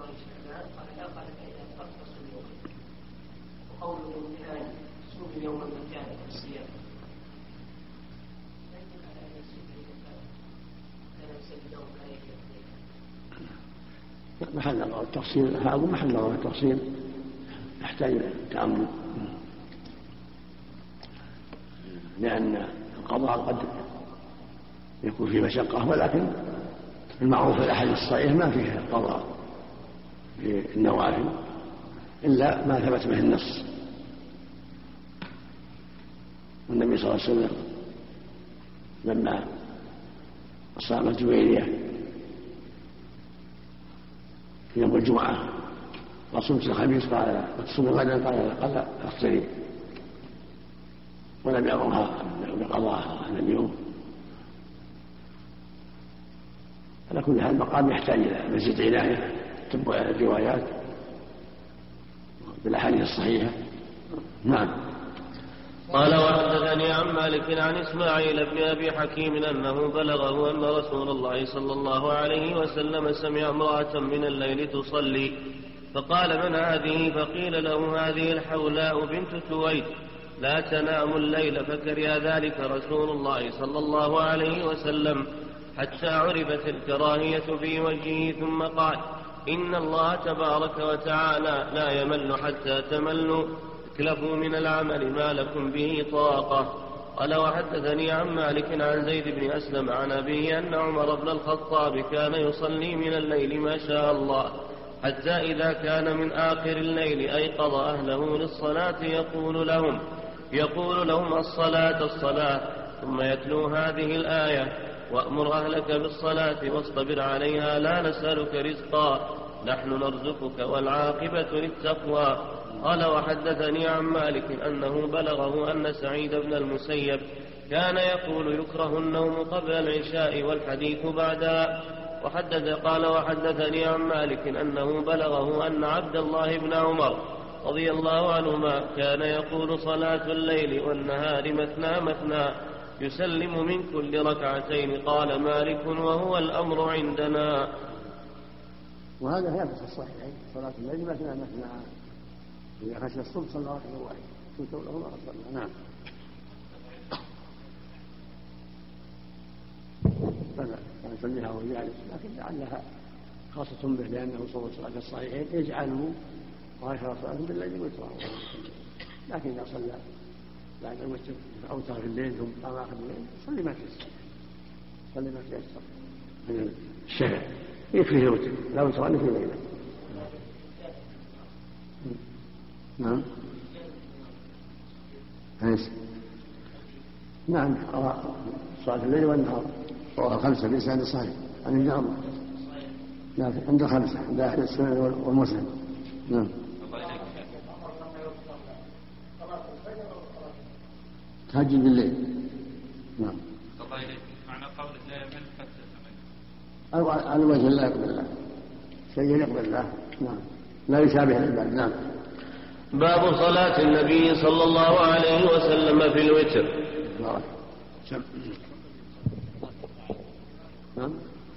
قال لا، قال فإذا أفطرت فصوم يوما. وقوله الآن صوم يوما مكان الصيام لا يدل على أن الصوم كان يسجد يوم لا يكفي. محل نظر التفصيل، هذا محل نظر التفصيل يحتاج إلى تأمل، لأن القضاء قد يكون فيه مشقة، ولكن المعروف في الأحاديث الصحيحة ما فيها القضاء في النوافل إلا ما ثبت به النص. والنبي صلى الله عليه وسلم لما صام الجويرية في يوم الجمعة وصمت الخميس قال وتصوم غدا قال افطري، ولم يأمرها بقضاء هذا اليوم. على كل حال المقام يحتاج إلى مزيد عناية، تتبع الروايات بالأحاديث الصحيحة. نعم. قال وحدثني عن مالك عن إسماعيل بن أبي حكيم أنه بلغه أن رسول الله صلى الله عليه وسلم سمع امرأة من الليل تصلي فقال من هذه؟ فقيل له هذه الحولاء بنت سويد لا تنام الليل، فكره ذلك رسول الله صلى الله عليه وسلم حتى عرفت الكراهية في وجهه، ثم قال إن الله تبارك وتعالى لا يمل حتى تملوا، اكلفوا من العمل ما لكم به طاقة. قال وحدثني عن مالك عن زيد بن أسلم عن أبيه أن عمر بن الخطاب كان يصلي من الليل ما شاء الله، حتى إذا كان من آخر الليل أيقظ أهله للصلاة يقول لهم الصلاة الصلاة، ثم يتلو هذه الآية وأمر أهلك بالصلاة واصطبر عليها لا نسألك رزقا نحن نرزقك والعاقبة للتقوى. قال وحدثني عن مالك أنه بلغه أن سعيد بن المسيب كان يقول يكره النوم قبل العشاء والحديث بعدها. قال وحدثني عن مالك أنه بلغه أن عبد الله بن عمر رضي الله عنهما كان يقول صلاة الليل والنهار مثنى مثنى يسلم من كل ركعتين. قال مالك وهو الأمر عندنا. وهذا ثابت في الصحيحين، صلاة الليل مثنى مثنى، إذا خشي الصبح صلى ركعة واحدة كنت له ما صلى. نعم. كان يصليها وهو جالس، لكن لعلها خاصة به لأنه صلى صلاة الصحيحين يجعله وآخر صلاة بالليل وتراه، لكن إذا صلى بعد الوتر أوتر في الليل ثم قام آخر الليل صلي ما تيسر من الشفع، يكفيه الوتر لا وتران في الليل. نعم. نعم صلاة الليل والنهار رواه الخمسة بإسناد صحيح عن ابن عمر. لا عند الخمسة عند أحد السنن والمسلم. نعم. تهجد بالليل. نعم. معنى قولك لا يمل حتى أو على وجه لا يقبل الله، شيء يقبل الله. نعم. لا يشابه العباد. نعم. باب صلاة النبي صلى الله عليه وسلم في الوتر. نعم.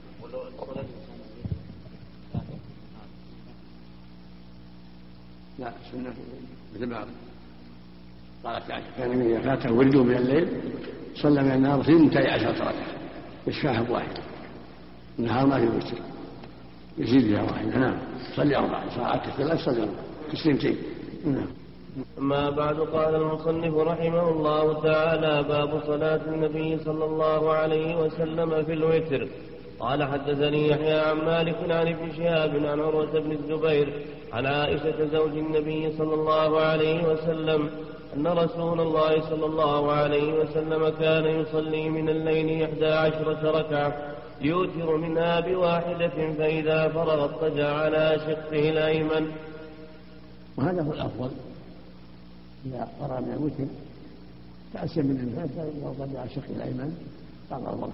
لا سنة مثل ما قالت عائشة كان من فاته ورد من الليل صلى من النهار 12 ركعة يشفعها بواحدة، النهار ما في وتر يزيد بها واحدة. نعم. صلي 4 ساعات 3 صلي تسليمتين. نعم. أما بعد قال المصنف رحمه الله تعالى باب صلاة النبي صلى الله عليه وسلم في الوتر. قال حدثني يحيى عن مالك عن ابن شهاب عن عروة بن الزبير عن عائشة زوج النبي صلى الله عليه وسلم أن رسول الله صلى الله عليه وسلم كان يصلي من الليل 11 ركعة يوتر منها بواحدة، فإذا فرغ اضطجع على شقه الأيمن. وهذا هو الأفضل، إذا فرغ من الوتر تأسم من الفاتحة واضطجع على شقه الأيمن بعض الوقت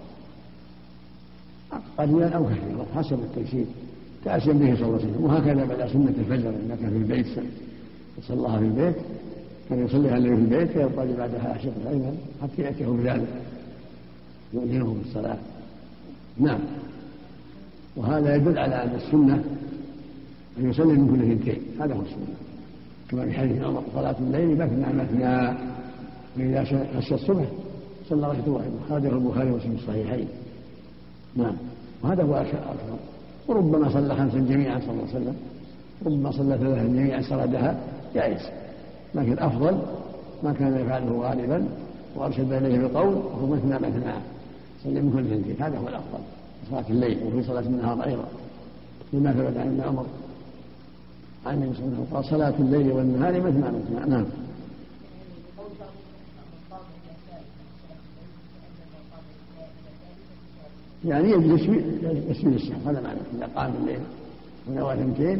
قليلا أو كثيرا حسب التيسير تأسم به صلى الله عليه وسلم. وهكذا بدأ سنة الفجر إنك في البيت يصلىها في البيت، كان يصليها الليل في البيت فيضطجع بعدها على شقه الأيمن حتى يأتيه بذلك يؤذنه بالصلاة. نعم. وهذا يدل على أن السنة أن يسلم من كل اثنتين، هذا هو السنة، كما في حديث عمر صلاة الليل مثنى مثنى، وإذا خشي الصبح صلى ركعة واحدة، خرجه البخاري ومسلم في الصحيحين. نعم، وهذا هو الأكثر. وربما صلى 5 جميعا صلى الله عليه وسلم، ربما صلى 3 جميعا سردها، جائز، لكن الأفضل ما كان يفعله غالبا وأرشد إليه بالقول وهو مثنى مثنى، صلى من كل اثنتين، هذا هو الأفضل في صلاة الليل وفي صلاة النهار أيضا، لما ثبت عن ابن عمر عن النبي صلى الله عليه وسلم قال صلاة الليل والنهار مثنى مثنى. نعم. يعني يجلس يسجد السهو، هذا معنى إذا قام الليل ونوى 2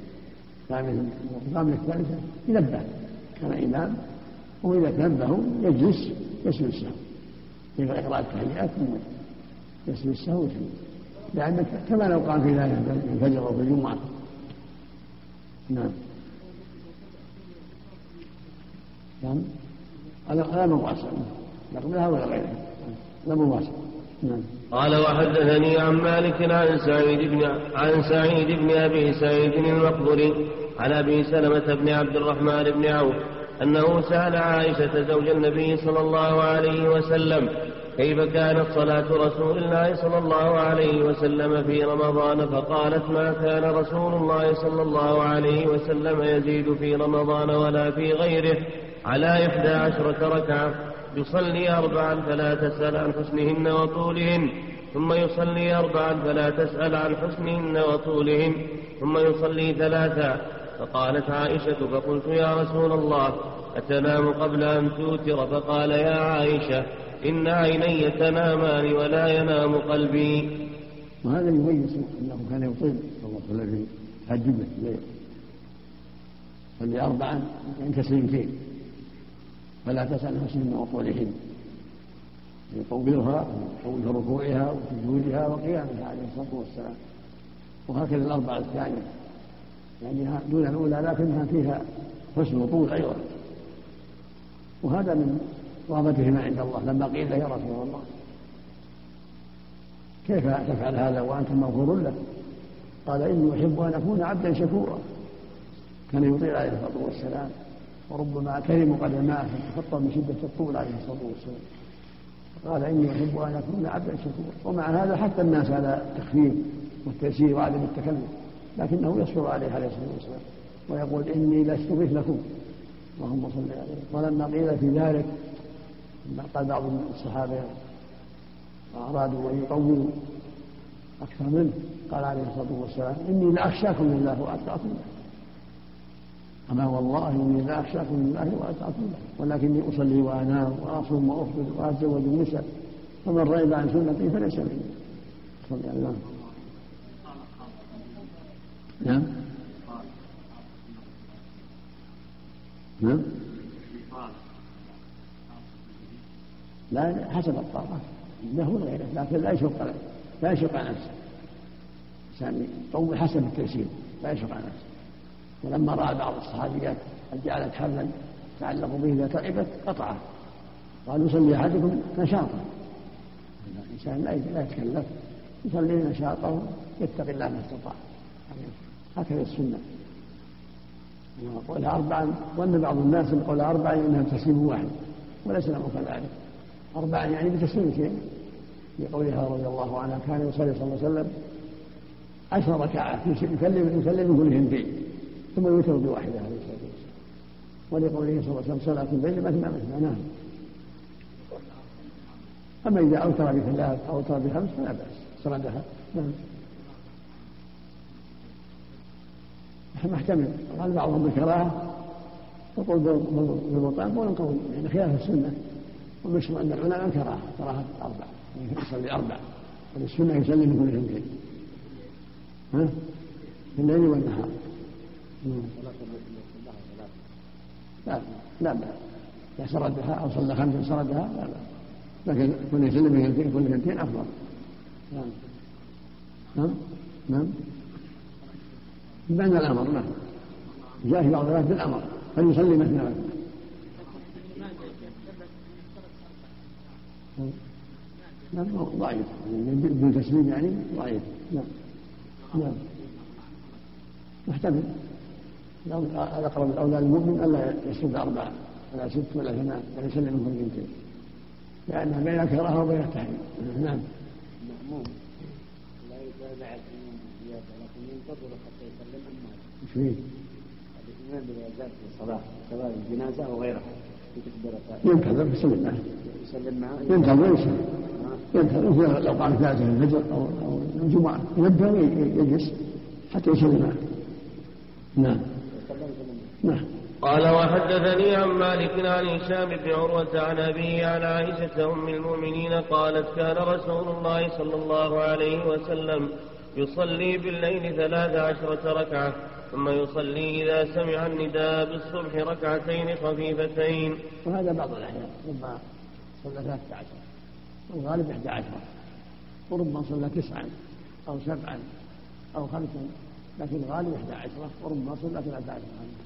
قام الثالثة ينبه، كان إمام وإذا تنبه يجلس يسجد السهو، يقرأ إقراء التحيات ثم يسجد السهو ويسجد، لأنك كما لو قام في ذلك الفجر أو في الجمعة. نعم. نعم، لا مواصل، لا قبلها ولا غيرها، لا مواصل. نعم. قال وحدثني عن مالك عن سعيد بن أبي سعيد المقبري عن أبي سلمة بن عبد الرحمن بن عوف أنه سأل عائشة زوج النبي صلى الله عليه وسلم كيف كانت صلاة رسول الله صلى الله عليه وسلم في رمضان، فقالت ما كان رسول الله صلى الله عليه وسلم يزيد في رمضان ولا في غيره على 11 ركعة، يصلي 4 فلا تسأل عن حسنهن وطولهن، ثم يصلي 4 فلا تسأل عن حسنهن وطولهن، ثم يصلي 3. فقالت عائشة فقلت يا رسول الله أتنام قبل أن توتر؟ فقال يا عائشة إن عيني تنامان ولا ينام قلبي. وهذا يميز أنه كان يطيل صلى الله عليه وسلم في الجمعة الليل، صلي 4 عن تسليمتين فلا تسأل حسنهن وطولهن، يطولها في ركوعها وسجودها وقيامها عليه الصلاة والسلام. وهكذا 4 الثانية يعني دون الأولى لكنها فيها حسن وطول أيضا، وهذا من رغبتهما عند الله. لما قيل له يا رسول الله كيف تفعل هذا وأنت مغفور له؟ قال إني أحب أن أكون عبدا شكورا. كان يطيل عليه الصلاة والسلام، وربما ترم قدماه فتخطى من شدة الطول عليه الصلاة والسلام. قال إني أحب أن أكون عبدا شكورا، ومع هذا حتى الناس على التخفيف والتيسير وعدم التكلف، لكنه يصبر عليه عليه الصلاة والسلام ويقول إني لست مثلكم اللهم صل عليه. ولما قيل في ذلك قال بعض الصحابة أرادوا أن يطولوا أكثر منه، قال عليه الصلاة والسلام إني لأخشاكم لله وأتقاكم له. أما والله إني لأخشاكم لله وأتقاكم له، ولكني أصلي وأنام وأصوم وأفطر وأتزوج النساء، فمن رغب عن سنتي فليس مني. صلى الله عليه وسلم. نعم. نعم. لا حسب الطاقة له وغيره، لكن لا يشق على نفسه، الإنسان يطول حسب التيسير لا يشق على نفسه. ولما رأى بعض الصحابيات قد جعلت حبلا تعلق به إذا تعبت قطعه، قال يصلي أحدكم نشاطا، الإنسان لا يتكلف، يصلي نشاطه يتقي الله ما استطاع. هكذا السنة. وقولها 4 ظن بعض الناس ان قولها 4 انها تسليم واحد، وليس الامر كذلك. 4 يعني بتسليمتين، لقولها رضي الله عنها كان يصلي صلى الله عليه وسلم 10 ركعات يسلم من كل 2 ثم يوتر بواحدة عليه الصلاة والسلام. ولقوله صلى الله عليه وسلم صلاة الليل مثنى مثنى. نعم. أما إذا أوتر ب3 أو أوتر ب5 فلا بأس سردها. نعم. محتمل. قال بعضهم بالكراهة يقول بالبطلان قول قوي، يعني خلاف السنة، والمشروع عند العلماء كراهة 4 يصلي 4، والسنة يسلم من كل 2 في الليل والنهار. لا لا سردها أو صلى 5 سردها لا لا، لكن كل يسلم من كل 2 أفضل. نعم. بمعنى الأمر. نعم. جاء في بعض الروايات بالأمر فليصلي مثنى مثنى. نعم ضعيف، بدون تسليم يعني ضعيف. نعم. محتمل. الأقرب الأولى للمؤمن ألا يسجد 4 ولا 6 ولا 8 بل يسلم من كل 2 لأنها بين كراهة وبين التحريم. نعم. مأموم لا يتابع الإمام زيادة لكن ينتظر حتى يسلم أما مش فيه الإمام إذا زاد في صلاة الجنازة أو غيرها ينتظر يسلم معه ينتظر لو قام 3 الفجر أو الجمعة ينبه ويجلس حتى يسلم معه. نعم. نعم. قال وحدثني عن مالك عن هشام بن عروة عن أبيه عن عائشة أم المؤمنين قالت كان رسول الله صلى الله عليه وسلم يصلي بالليل 13 ركعة ثم يصلي إذا سمع النداء بالصبح 2 ركعتين خفيفتين. وهذا بعض الأحيان ربما صلى 13 والغالب 11 وربما صلى 9 أو 7 أو 5 لكن الغالب 11 وربما صلى 13.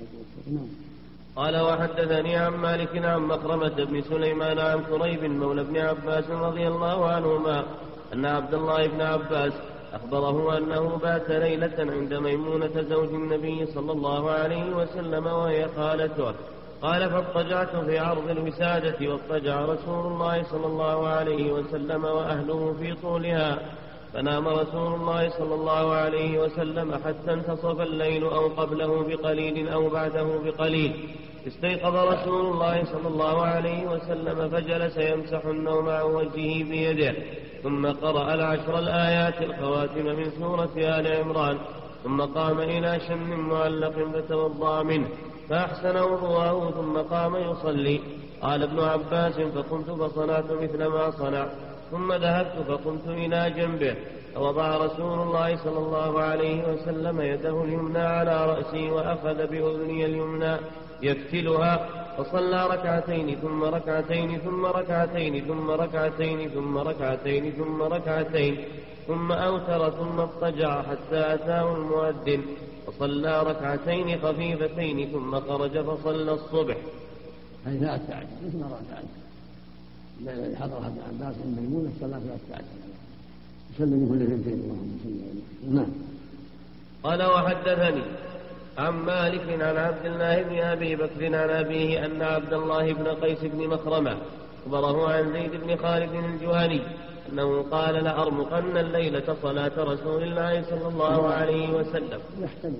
قال وحدثني عن مالك عن مخرمة بن سليمان عن كريب مولى ابن عباس رضي الله عنهما أن عبد الله بن عباس أخبره أنه بات ليلة عند ميمونة زوج النبي صلى الله عليه وسلم وهي خالته. قال فاضطجعت في عرض الوسادة واضطجع رسول الله صلى الله عليه وسلم وأهله في طولها فنام رسول الله صلى الله عليه وسلم حتى انتصف الليل أو قبله بقليل أو بعده بقليل. استيقظ رسول الله صلى الله عليه وسلم فجلس يمسح النوم عن وجهه بيده ثم قرأ 10 الآيات الخواتم من سورة آل عمران ثم قام إلى شن معلق فتوضأ منه فأحسن وضوءه ثم قام يصلي. قال ابن عباس فقمت فصنعت مثل ما صنع ثم ذهبت فقمت إلى جنبه فوضع رسول الله صلى الله عليه وسلم يده اليمنى على رأسي وأخذ بأذني اليمنى يفتلها فصلى 2 ركعتين ثم 2 ركعتين ثم 2 ركعتين ثم 2 ركعتين ثم 2 ركعتين ثم 2 ركعتين ثم أوتر ثم اضطجع حتى أتاه المؤذن فصلى 2 ركعتين خفيفتين ثم خرج فصلى الصبح. هذه 13 مثل ما رأت الذي حضرها ابن عباس عند ميمونة صلى 13 يسلم كل 2 اللهم صل عليه. نعم. قال وحدثني عن مالك عن عبد الله بن أبي بكر عن أبيه أن عبد الله بن قيس بن مخرمة أخبره عن زيد بن خالد الجهني أنه قال لأرمقن الليلة صلاة رسول الله صلى الله عليه وسلم. يحتمل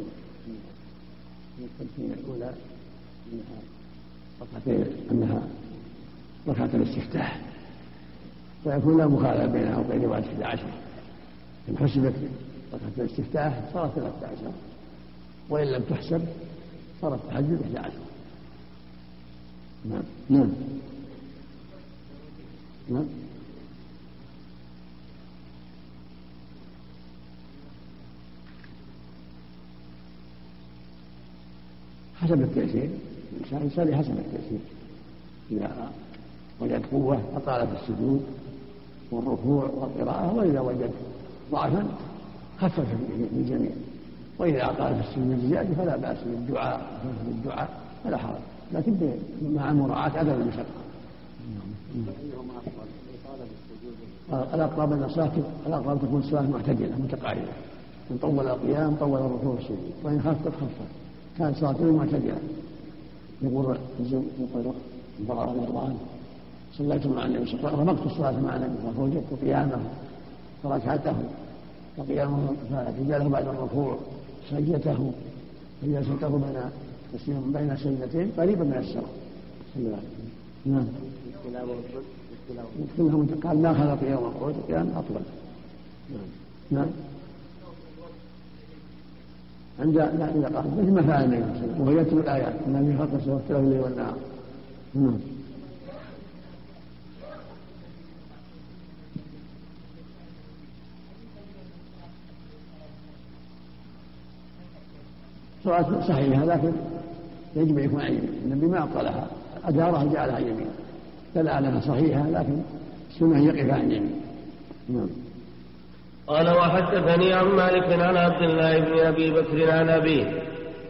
الأولى أنها ركعة الاستفتاح فيكون لا مخالفة بينها وبين رواية 11 إن حسبت ركعة الاستفتاح صارت 13 وإن لم تحسب صارت تحجد 11. نعم. نعم. نعم. حسب التيسير الإنسان يصلي حسب التيسير إذا وجد قوة أطال في السجود والركوع والقراءة وإذا وجد ضعفا خفف في الجميع وإذا أطال في السجود الزيادة فلا بأس بالدعاء فلا حرج لكن مع مراعاة عدم المشقة. الأقرب أن الأقرب تكون الصلاة معتدلة متقاربة إن طول القيام طول الركوع والسجود وإن خفف كانت صلاته معتدلة. يقول البراء رضي الله عنه صليت مع النبي صلى الله عليه وسلم رمقت الصلاة مع النبي فوجدت قيامه فركعته فقيامه فاعتداله بعد الركوع سجدته فجلسته بين سجدتين قريبا من السواء. نعم. قال لا خلق قيام القعود قيام أطول. نعم. إذا قال مثل ما فعل النبي صلى الله عليه وسلم وهو يتلو الآيات النبي خلق سوى اختلاف الليل والنهار. نعم. صلاة صحيحة لكن يجب أن يكون عن يمين النبي ما أبطلها أدارها جعلها عن يمين دل على صحيحة لكن سنة يقف عن يمين. نعم. قال وحدثني عن مالك عن عبد الله بن أبي بكر عن أبيه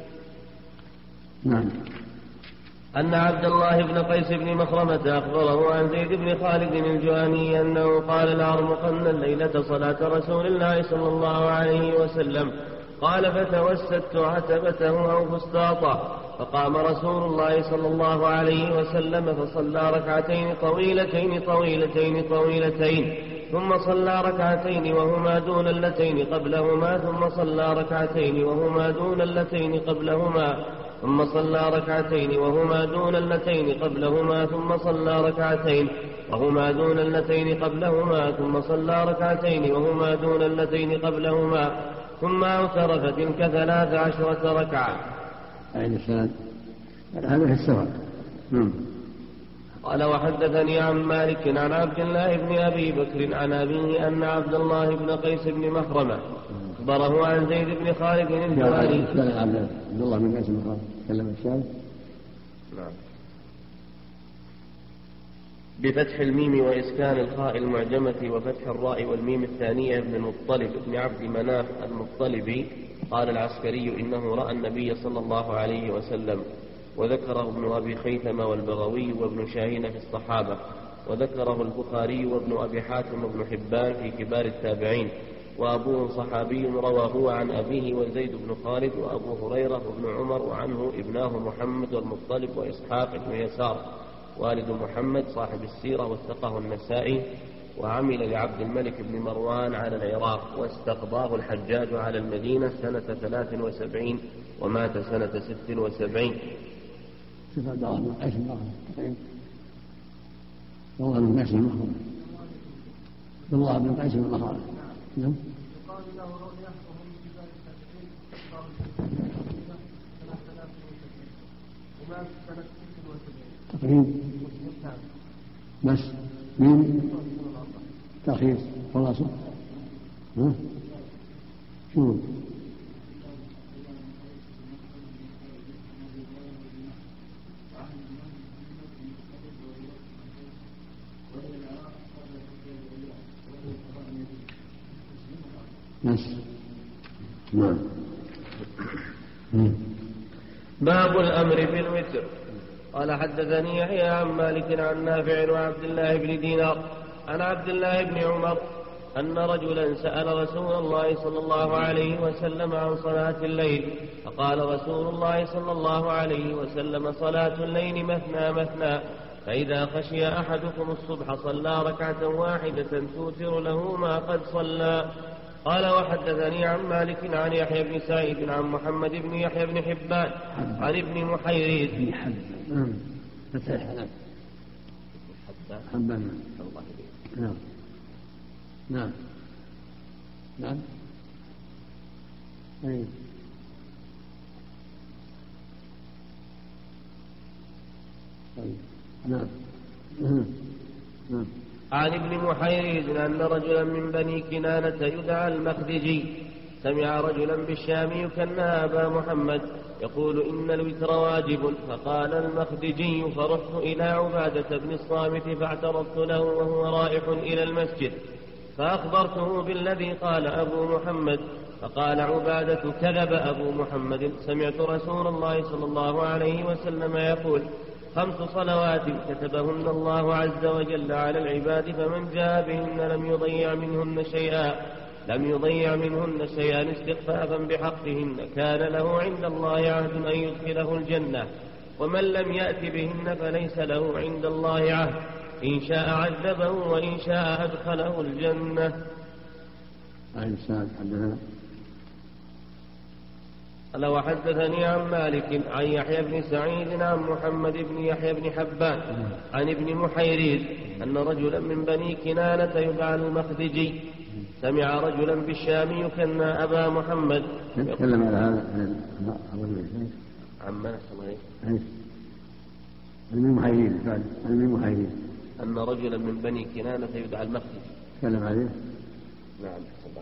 نعم أن عبد الله بن قيس بن مخرمة أخبره عن زيد بن خالد الجهني أنه قال لأرمقن الليلة صلاة رسول الله صلى الله عليه وسلم قال فتوسدت عتبته أو فسطاطه، فقام رسول الله صلى الله عليه وسلم فصلى ركعتين طويلتين طويلتين طويلتين، ثم صلى ركعتين وهما دون اللتين قبلهما، ثم صلى ركعتين وهما دون اللتين قبلهما، ثم صلى ركعتين وهما دون اللتين قبلهما، ثم صلى ركعتين وهما دون اللتين قبلهما، ثم صلى ركعتين وهما دون اللتين قبلهما، ثم أوتر فتلك 13 ركعة. أين السند؟ هذا في السواء. قال وحدثني عن مالك عن عبد الله بن أبي بكر عن أبيه أن عبد الله بن قيس بن مخرمة أخبره عن زيد بن خالد الجوهري. عبد الله بن قيس بن مخرمة تكلم الشاذ. نعم. بفتح الميم وإسكان الخاء المعجمة وفتح الراء والميم الثانية بن المطلب بن عبد مناف المطلبي. قال العسكري إنه رأى النبي صلى الله عليه وسلم، وذكره ابن أبي خيثم والبغوي وابن شاهين في الصحابة، وذكره البخاري وابن أبي حاتم وابن حبان في كبار التابعين، وأبوه صحابي رواه عن أبيه وزيد بن خالد وأبو هريرة وابن عمر، وعنه ابناه محمد والمطلب وإسحاق بن يسار والد محمد صاحب السيرة، وثقه النسائي. وعمل لعبد الملك بن مروان على العراق، واستقضاه الحجاج على المدينة سنة 73 ومات سنة 76. شوف عبد الله بن قيس بن مخرمة. الله بن قيس بن مخرمة. عبد الله بن قيس بن مخرمة. نعم. تقريب بس مين ترخيص خلاصة. شو بس نعم. باب الأمر بالوتر. قال حدثني يحيى عن مالك عن نافع وعبد الله بن دينار عن عبد الله بن عمر أن رجلا سأل رسول الله صلى الله عليه وسلم عن صلاة الليل، فقال رسول الله صلى الله عليه وسلم صلاة الليل مثنى مثنى، فإذا خشي أحدكم الصبح صلى ركعة واحدة توتر له ما قد صلى. قال وحدثني عن مالك عن يحيى بن سعيد عن محمد بن يحيى بن حبان عن ابن محيريز. حبان. نعم نعم نعم. نعم نعم. عن ابن محيريز أن رجلا من بني كنانة يدعى المخدجي سمع رجلا بالشام يكنى أبا محمد يقول إن الوتر واجب، فقال المخدجي فرحت إلى عبادة بن الصامت فاعترضت له وهو رائح إلى المسجد، فأخبرته بالذي قال أبو محمد، فقال عبادة كذب أبو محمد، سمعت رسول الله صلى الله عليه وسلم يقول 5 صلوات كتبهن الله عز وجل على العباد، فمن جاء بهن لم يضيع منهن شيئا استخفافا بحقهن كان له عند الله عهد أن يدخله الجنة، ومن لم يأت بهن فليس له عند الله عهد، إن شاء عذبه وإن شاء أدخله الجنة. قال وحدثني عن مالك عن يحيى بن سعيد عن محمد بن يحيى بن حبان عن ابن محيريز أن رجلا من بني كنانة يدعى المخدجي سمع رجلا بالشام يكنى أبا محمد. تكلم على هذا عمنا المحيريز أن رجلا من بني كنانة يدعى المخدجي. تكلم عليه. نعم.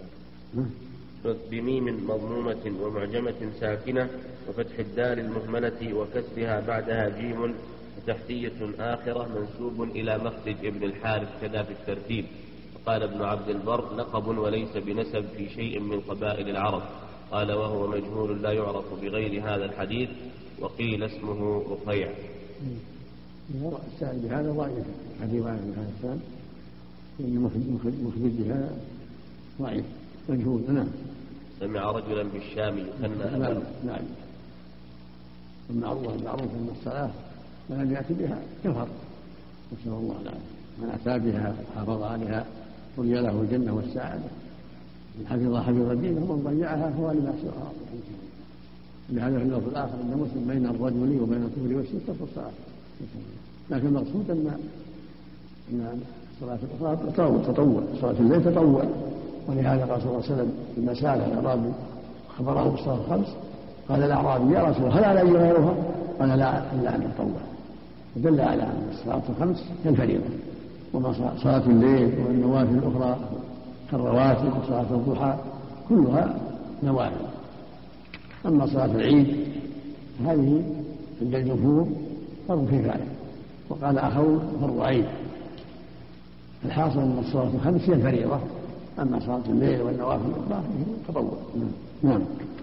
بميم مضمومة ومعجمة ساكنة وفتح الدال المهملة وكسرها بعدها جيم وتحتية آخرة منسوب إلى مخدج ابن الحارث كذا في الترتيب. قال ابن عبد البر لقب وليس بنسب في شيء من قبائل العرب. قال وهو مجهول لا يعرف بغير هذا الحديث، وقيل اسمه رقيع. السائل بهذا ضعيف، حديث ضعيف من هذا السائل مخدج بها ضعيف مجهول. نعم. سمع رجلا بالشام يكنى نعم نعم. المعروف أن الصلاة من لم يأتي بها كفر، نسأل الله العافية. من أتى بها حافظ عليها قل له الجنة والسعادة، من حفظ دينه ومن ضيعها فهو لما سواها. لهذا في اللفظ الآخر أن مسلم بين الرجل وبين الكفر والشرك ترك الصلاة. لكن المقصود أن الصلاة الأخرى تطوع، صلاة الليل تطوع. ولهذا قال صلى الله عليه وسلم لما سأل الأعرابي خبره بالصلاة الخمس قال الأعرابي يا رسول الله هل علي غيرها؟ قال لا إلا أن تطوع. فدل على أن الصلاة الخمس كالفريضة، وما صلاة الليل والنوافل الأخرى كالرواتب وصلاة الضحى كلها نوافل. أما صلاة العيد هذه عند الجمهور فرض كفاية، وقال آخرون فرض عين. الحاصل أن الصلاة الخمس هي الفريضة، أما صلاة الليل والنوافل الأخرى هي تطوع. نعم.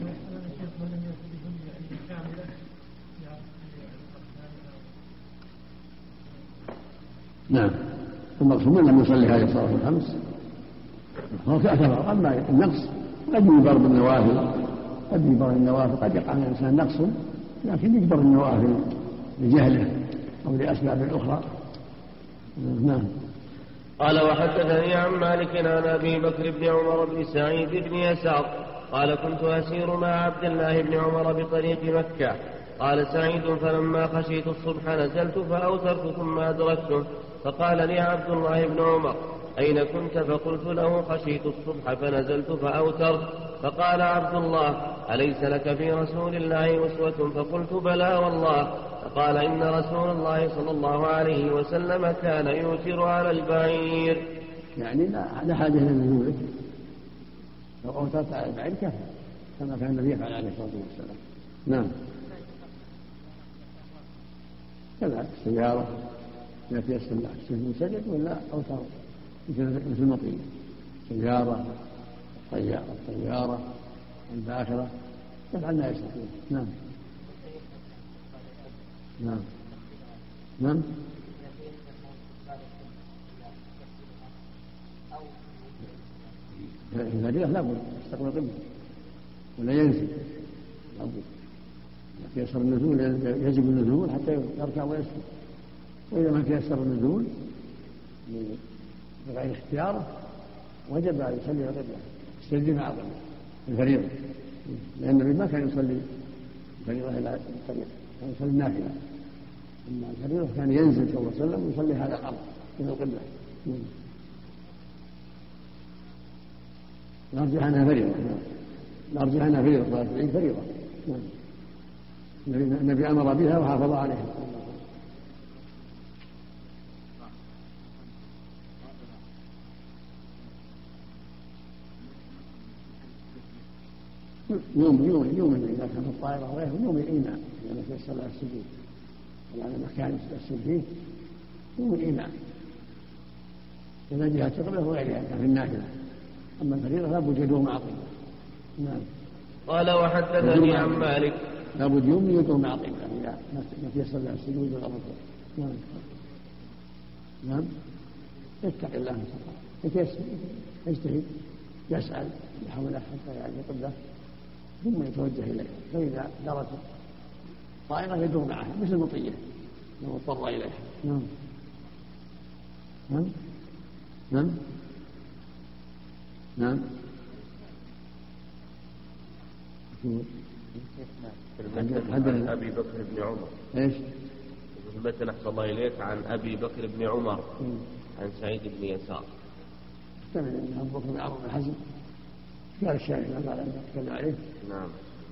نعم. المقصود من لم يصلي هذه الصلاة الخمس فهو كأثر. أما النقص قد يجبر بالنوافل، قد يقع من الإنسان نقص لكن يجبر النوافل لجهله أو لأسباب أخرى. نعم. قال وحدثني عن مالك عن أبي بكر بن عمر بن سعيد بن يسار قال كنت أسير مع عبد الله بن عمر بطريق مكة. قال سعيد فلما خشيت الصبح نزلت فأوترت ثم أدركته، فقال لي عبد الله بن عمر أين كنت؟ فقلت له خشيت الصبح فنزلت فأوترت. فقال عبد الله أليس لك في رسول الله أسوة؟ فقلت بلى والله. فقال إن رسول الله صلى الله عليه وسلم كان يوتر على البعير. يعني لا حاجة لنزوله، لو أوترت على البعير كفى كما كان النبي يفعل عليه الصلاة والسلام. نعم. كذلك السيارة التي يسلم لها الشيخ منسجد ولا أوتر مثل المطية، سيارة الطيارة الباخرة يفعلنا يستطيع. نعم. نعم. نعم. الفريضة لابد يستقبل القبلة ولا ينزل، لابد يتيسر النزول يجب النزول حتى يركع ويسجد، وإذا ما تيسر النزول بغير اختياره وجب أن يصلي القبلة يستلزم مع القبلة الفريضة، لأن النبي ما كان يصلي الفريضة إلى الطريق، كان يصلي النافلة. أما الفريضة كان ينزل صلى الله عليه وسلم ويصلي هذا الأمر من القبلة. نرجح أنها فريضة صلاة العيد فريضة. النبي أمر بها وحافظ عليها. يوم إذا كان الطائرة وغيره يوم الإيمان إذا ما تيسر لها السجود وعلى مكان يستسجد فيه يوم الإيمان إذا جهة القبلة وغيرها كان في النافلة. أما الفريضة لابد يدور مع القبلة. نعم. قال وحدثني عن مالك لابد يوم يدور مع القبلة إذا ما تيسر لها السجود ولا الركوع. نعم. نعم. يتقي الله يجتهد يسأل يحاول حتى يعني القبلة ثم يتوجه إليها، فإذا درت طائرة يدور معها مثل المطية لو اضطر إليها. نعم. نعم. نعم. نعم. عن أبي بكر بن عمر. إيش؟ المتن أحسن الله إليك عن أبي بكر بن عمر عن سعيد بن يسار. احتمل أن أبو بكر بن عمرو بن حزم قال الشاهد ما قال أن يتكلم عليه. نعم.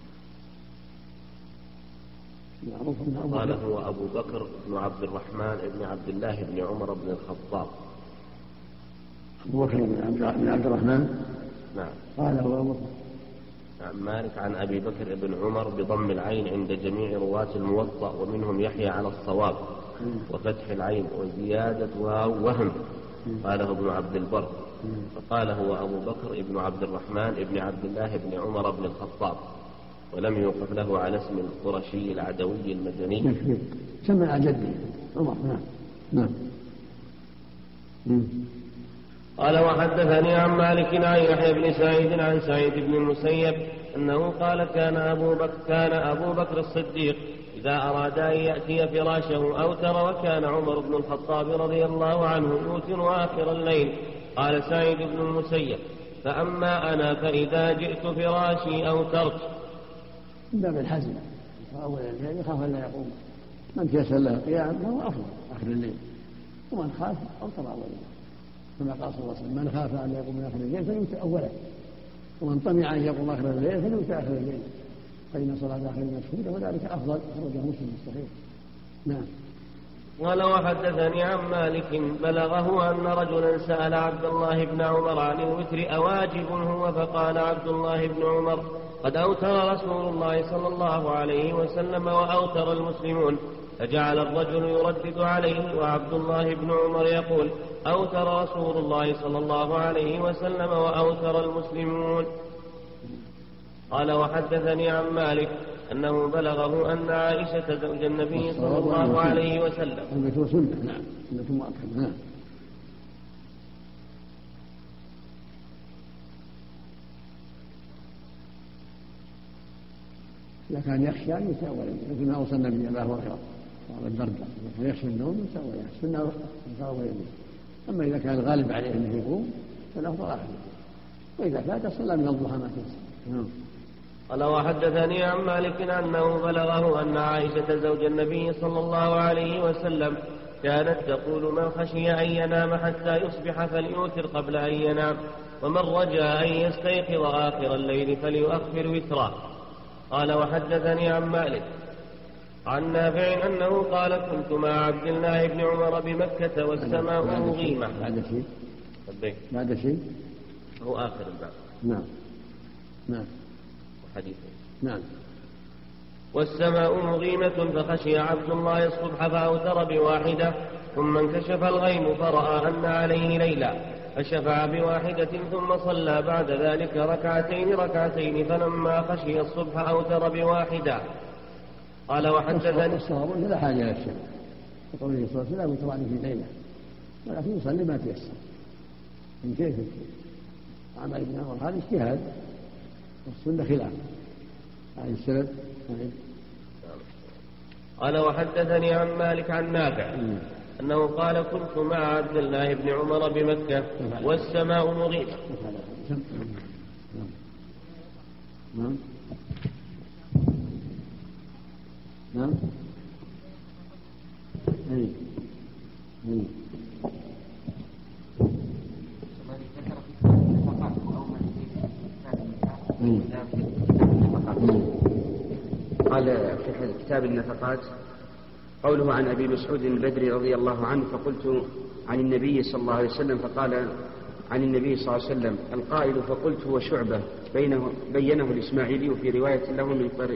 قال هو أبو بكر بن عبد الرحمن بن عبد الله بن عمر بن الخطاب. أبو بكر بن عبد الرحمن. نعم. قال هو أبو بكر. عن مالك عن أبي بكر بن عمر بضم العين عند جميع رواة الموطأ ومنهم يحيى على الصواب وفتح العين وزيادتها وهم قاله ابن عبد البر. فقال هو أبو بكر بن عبد الرحمن بن عبد الله بن عمر بن الخطاب ولم يوقف له على اسم القرشي العدوي المدني. سمى على جده عمر. نعم. قال وحدثني عن مالك عن يحيى بن سعيد عن سعيد بن المسيب أنه قال كان أبو بكر الصديق إذا أراد أن يأتي فراشه أوتر، وكان عمر بن الخطاب رضي الله عنه يوتر آخر الليل. قال سعيد بن المسيب فأما أنا فإذا جئت فراشي أوترت. من باب الحزم أول الليل يخاف أن لا يقوم، من تيسر له القيام فهو أفضل آخر الليل، ومن خاف أوتر أول الليل كما قال صلى الله عليه وسلم من خاف أن يقوم من آخر الليل فليوتر أولا، ومن طمع أن يقوم آخر الليل فليوتر آخر الليل، فإن صلاة آخر مشهودة وذلك أفضل. أخرجه مسلم الصحيح. نعم. قال وحدثني عن مالك بلغه أن رجلا سأل عبد الله بن عمر عن الوتر أواجب هو؟ فقال عبد الله بن عمر قد أوتر رسول الله صلى الله عليه وسلم وأوتر المسلمون. فجعل الرجل يردد عليه وعبد الله بن عمر يقول أوتر رسول الله صلى الله عليه وسلم وأوتر المسلمون. قال وحدثني عن مالك أنه بلغه أن عائشة زوج النبي صلى الله عليه وسلم البيت سنة. نعم سنة مؤكدة. نعم. إذا كان يخشى أن يساوي مثل ما أوصى النبي أبا هريرة وأبا الدرداء إذا كان يخشى النوم يساوي السنة يساوي. أما إذا كان الغالب عليه أنه يقوم فالأفضل آخر، وإذا فات صلى من الضحى ما تنسى. قال وحدثني عن مالك أنه بلغه أن عائشة زوج النبي صلى الله عليه وسلم كانت تقول من خشي أن ينام حتى يصبح فليوتر قبل أن ينام، ومن رجا أن يستيقظ آخر الليل فليؤخر وترا. قال وحدثني عن مالك عن نافع أنه قال كنت مع عبد الله بن عمر بمكة والسماء مغيمة. بعد شيء هو آخر الباب. نعم. نعم. حديث. نعم. والسماء مغيمة فخشي عبد الله الصبح فأوتر بواحدة، ثم انكشف الغيم فرأى أن عليه ليلة فشفع بواحدة ثم صلى بعد ذلك ركعتين فلما خشي الصبح أوتر بواحدة. قال وحدثني الصواب لا حاجة إلى الشفع، وقوله صلى الله عليه وسلم يوتر في ليلة، ولكن يصلي ما تيسر من كيف عمل ابن عمر هذا اجتهاد والسنة خلاف عن السلف. قال وحدثني عن مالك عن نافع أنه قال كنت مع عبد الله بن عمر بمكة والسماء مغيمة. نعم. نعم. قال في كتاب النفقات قوله عن أبي مسعود البدري رضي الله عنه فقلت عن النبي صلى الله عليه وسلم فقال عن النبي صلى الله عليه وسلم القائل فقلت هو شعبة بينه الإسماعيلي في رواية له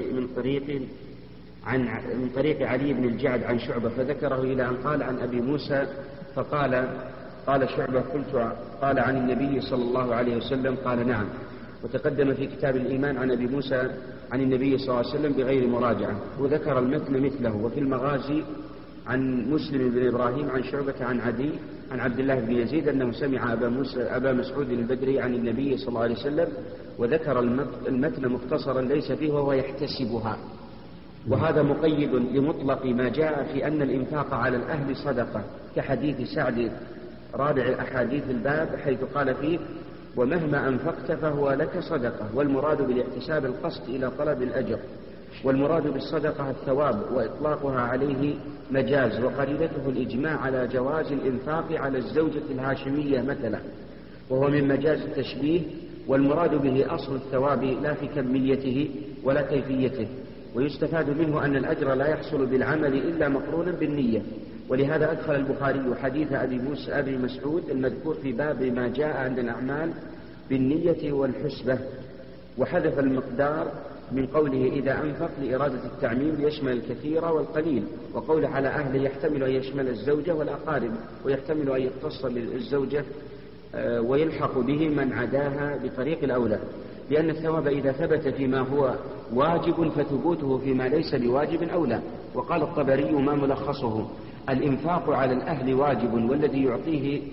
من طريق علي بن الجعد عن شعبة فذكره إلى أن قال عن أبي موسى فقال شعبة قال عن النبي صلى الله عليه وسلم قال نعم. وتقدم في كتاب الإيمان عن أبي موسى عن النبي صلى الله عليه وسلم بغير مراجعة، وذكر المتن مثله. وفي المغازي عن مسلم بن إبراهيم عن شعبة عن عدي عن عبد الله بن يزيد أنه سمع أبا مسعود البدري عن النبي صلى الله عليه وسلم، وذكر المتن مختصرا ليس فيه وهو يحتسبها. وهذا مقيد لمطلق ما جاء في أن الإنفاق على الأهل صدقة، كحديث سعد رابع أحاديث الباب حيث قال فيه ومهما أنفقت فهو لك صدقة. والمراد بالاحتساب القصد إلى طلب الأجر، والمراد بالصدقة الثواب، وإطلاقها عليه مجاز، وقرينته الإجماع على جواز الإنفاق على الزوجة الهاشمية مثلا، وهو من مجاز التشبيه. والمراد به أصل الثواب لا في كميته ولا كيفيته. ويستفاد منه أن الأجر لا يحصل بالعمل إلا مقرونا بالنية. ولهذا أدخل البخاري حديث أبي مسعود المذكور في باب ما جاء عند الأعمال بالنية والحسبة، وحذف المقدار من قوله إذا أنفق لإرادة التعميم ليشمل الكثير والقليل، وقوله على أهله يحتمل أن يشمل الزوجة والأقارب، ويحتمل أن يختص بالزوجة ويلحق به من عداها بطريق الأولى، لأن الثواب إذا ثبت فيما هو واجب فثبوته فيما ليس بواجب أولى. وقال الطبري ما ملخصه الإنفاق على الأهل واجب، والذي يعطيه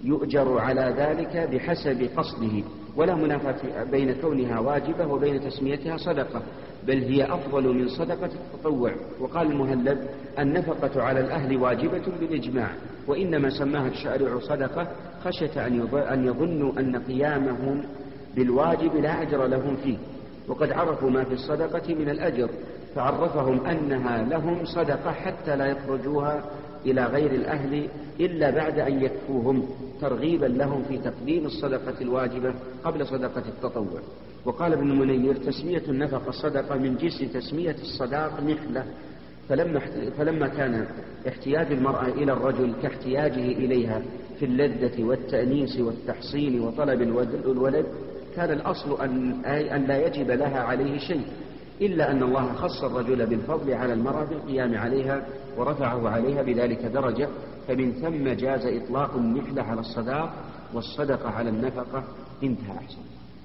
يؤجر على ذلك بحسب قصده، ولا منافاة بين كونها واجبة وبين تسميتها صدقة، بل هي أفضل من صدقة التطوع. وقال المهلب: النفقة على الأهل واجبة بالإجماع، وإنما سماها الشارع صدقة خشية أن يظنوا أن قيامهم بالواجب لا أجر لهم فيه، وقد عرفوا ما في الصدقة من الأجر، فعرفهم أنها لهم صدقة حتى لا يخرجوها إلى غير الأهل إلا بعد أن يكفوهم، ترغيبا لهم في تقديم الصدقة الواجبة قبل صدقة التطوع. وقال ابن المنير: تسمية النفقة صدقة من جنس تسمية الصداق نخلة، فلما كان احتياج المرأة إلى الرجل كاحتياجه إليها في اللذة والتأنيس والتحصين وطلب الولد، كان الأصل أن لا يجب لها عليه شيء، إلا أن الله خص الرجل بالفضل على المرأة بالقيام عليها ورفعه عليها بذلك درجة، فمن ثم جاز إطلاق النخلة على الصداق والصدقة على النفقة. انتهى. أحسن.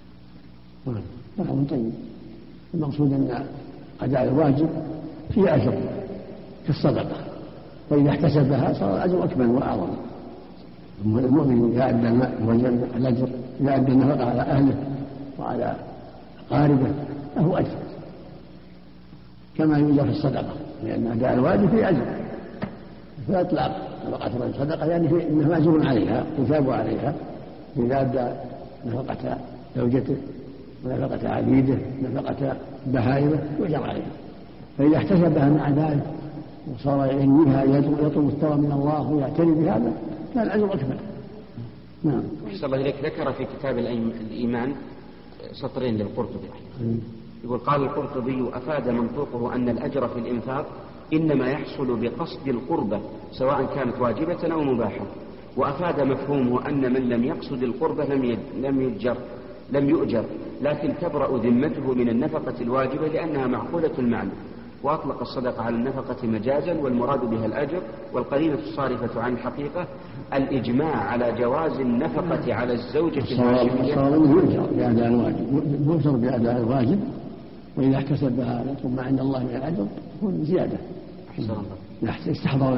نعم. طيب، المقصود أن أداء الواجب فيه أجر كالصدقة، وإذا احتسبها صار الأجر أكمل وأعظم. المؤمن إذا أدى الأجر، إذا أدى النفقة على أهله وعلى أقاربه له أجر كما يوجد في الصدقة، لأن أداء الواجب فيه أجر، فإطلاق نفقة الصدقة يعني إنه مأجور عليها يثاب عليها، إذا أدى نفقة زوجته ونفقة عبيده نفقة بهائمه يؤجر عليها، فإذا احتسبها مع ذلك وصار ينويها يطلب الثواب من الله ويعتني بهذا كان الأجر أكمل. نعم. أحسن الله إليك. ذكر في كتاب الإيمان سطرين للقرطبي، يقول: قال القرطبي: أفاد منطوقه أن الأجر في الإنفاق إنما يحصل بقصد القربة سواء كانت واجبة أو مباحة، وأفاد مفهومه أن من لم يقصد القربة لم يؤجر، لكن تبرأ ذمته من النفقة الواجبة لأنها معقولة المعنى. وأطلق الصدقة على النفقة مجازا، والمراد بها الأجر، والقرينة الصارفة عن الحقيقة الإجماع على جواز النفقة على الزوجة الهاشمية. يؤجر بأداء الواجب، يؤجر بأداء الواجب، وإذا احتسبها يطلب ما عند الله من الأجر يكون زيادة. يستحضر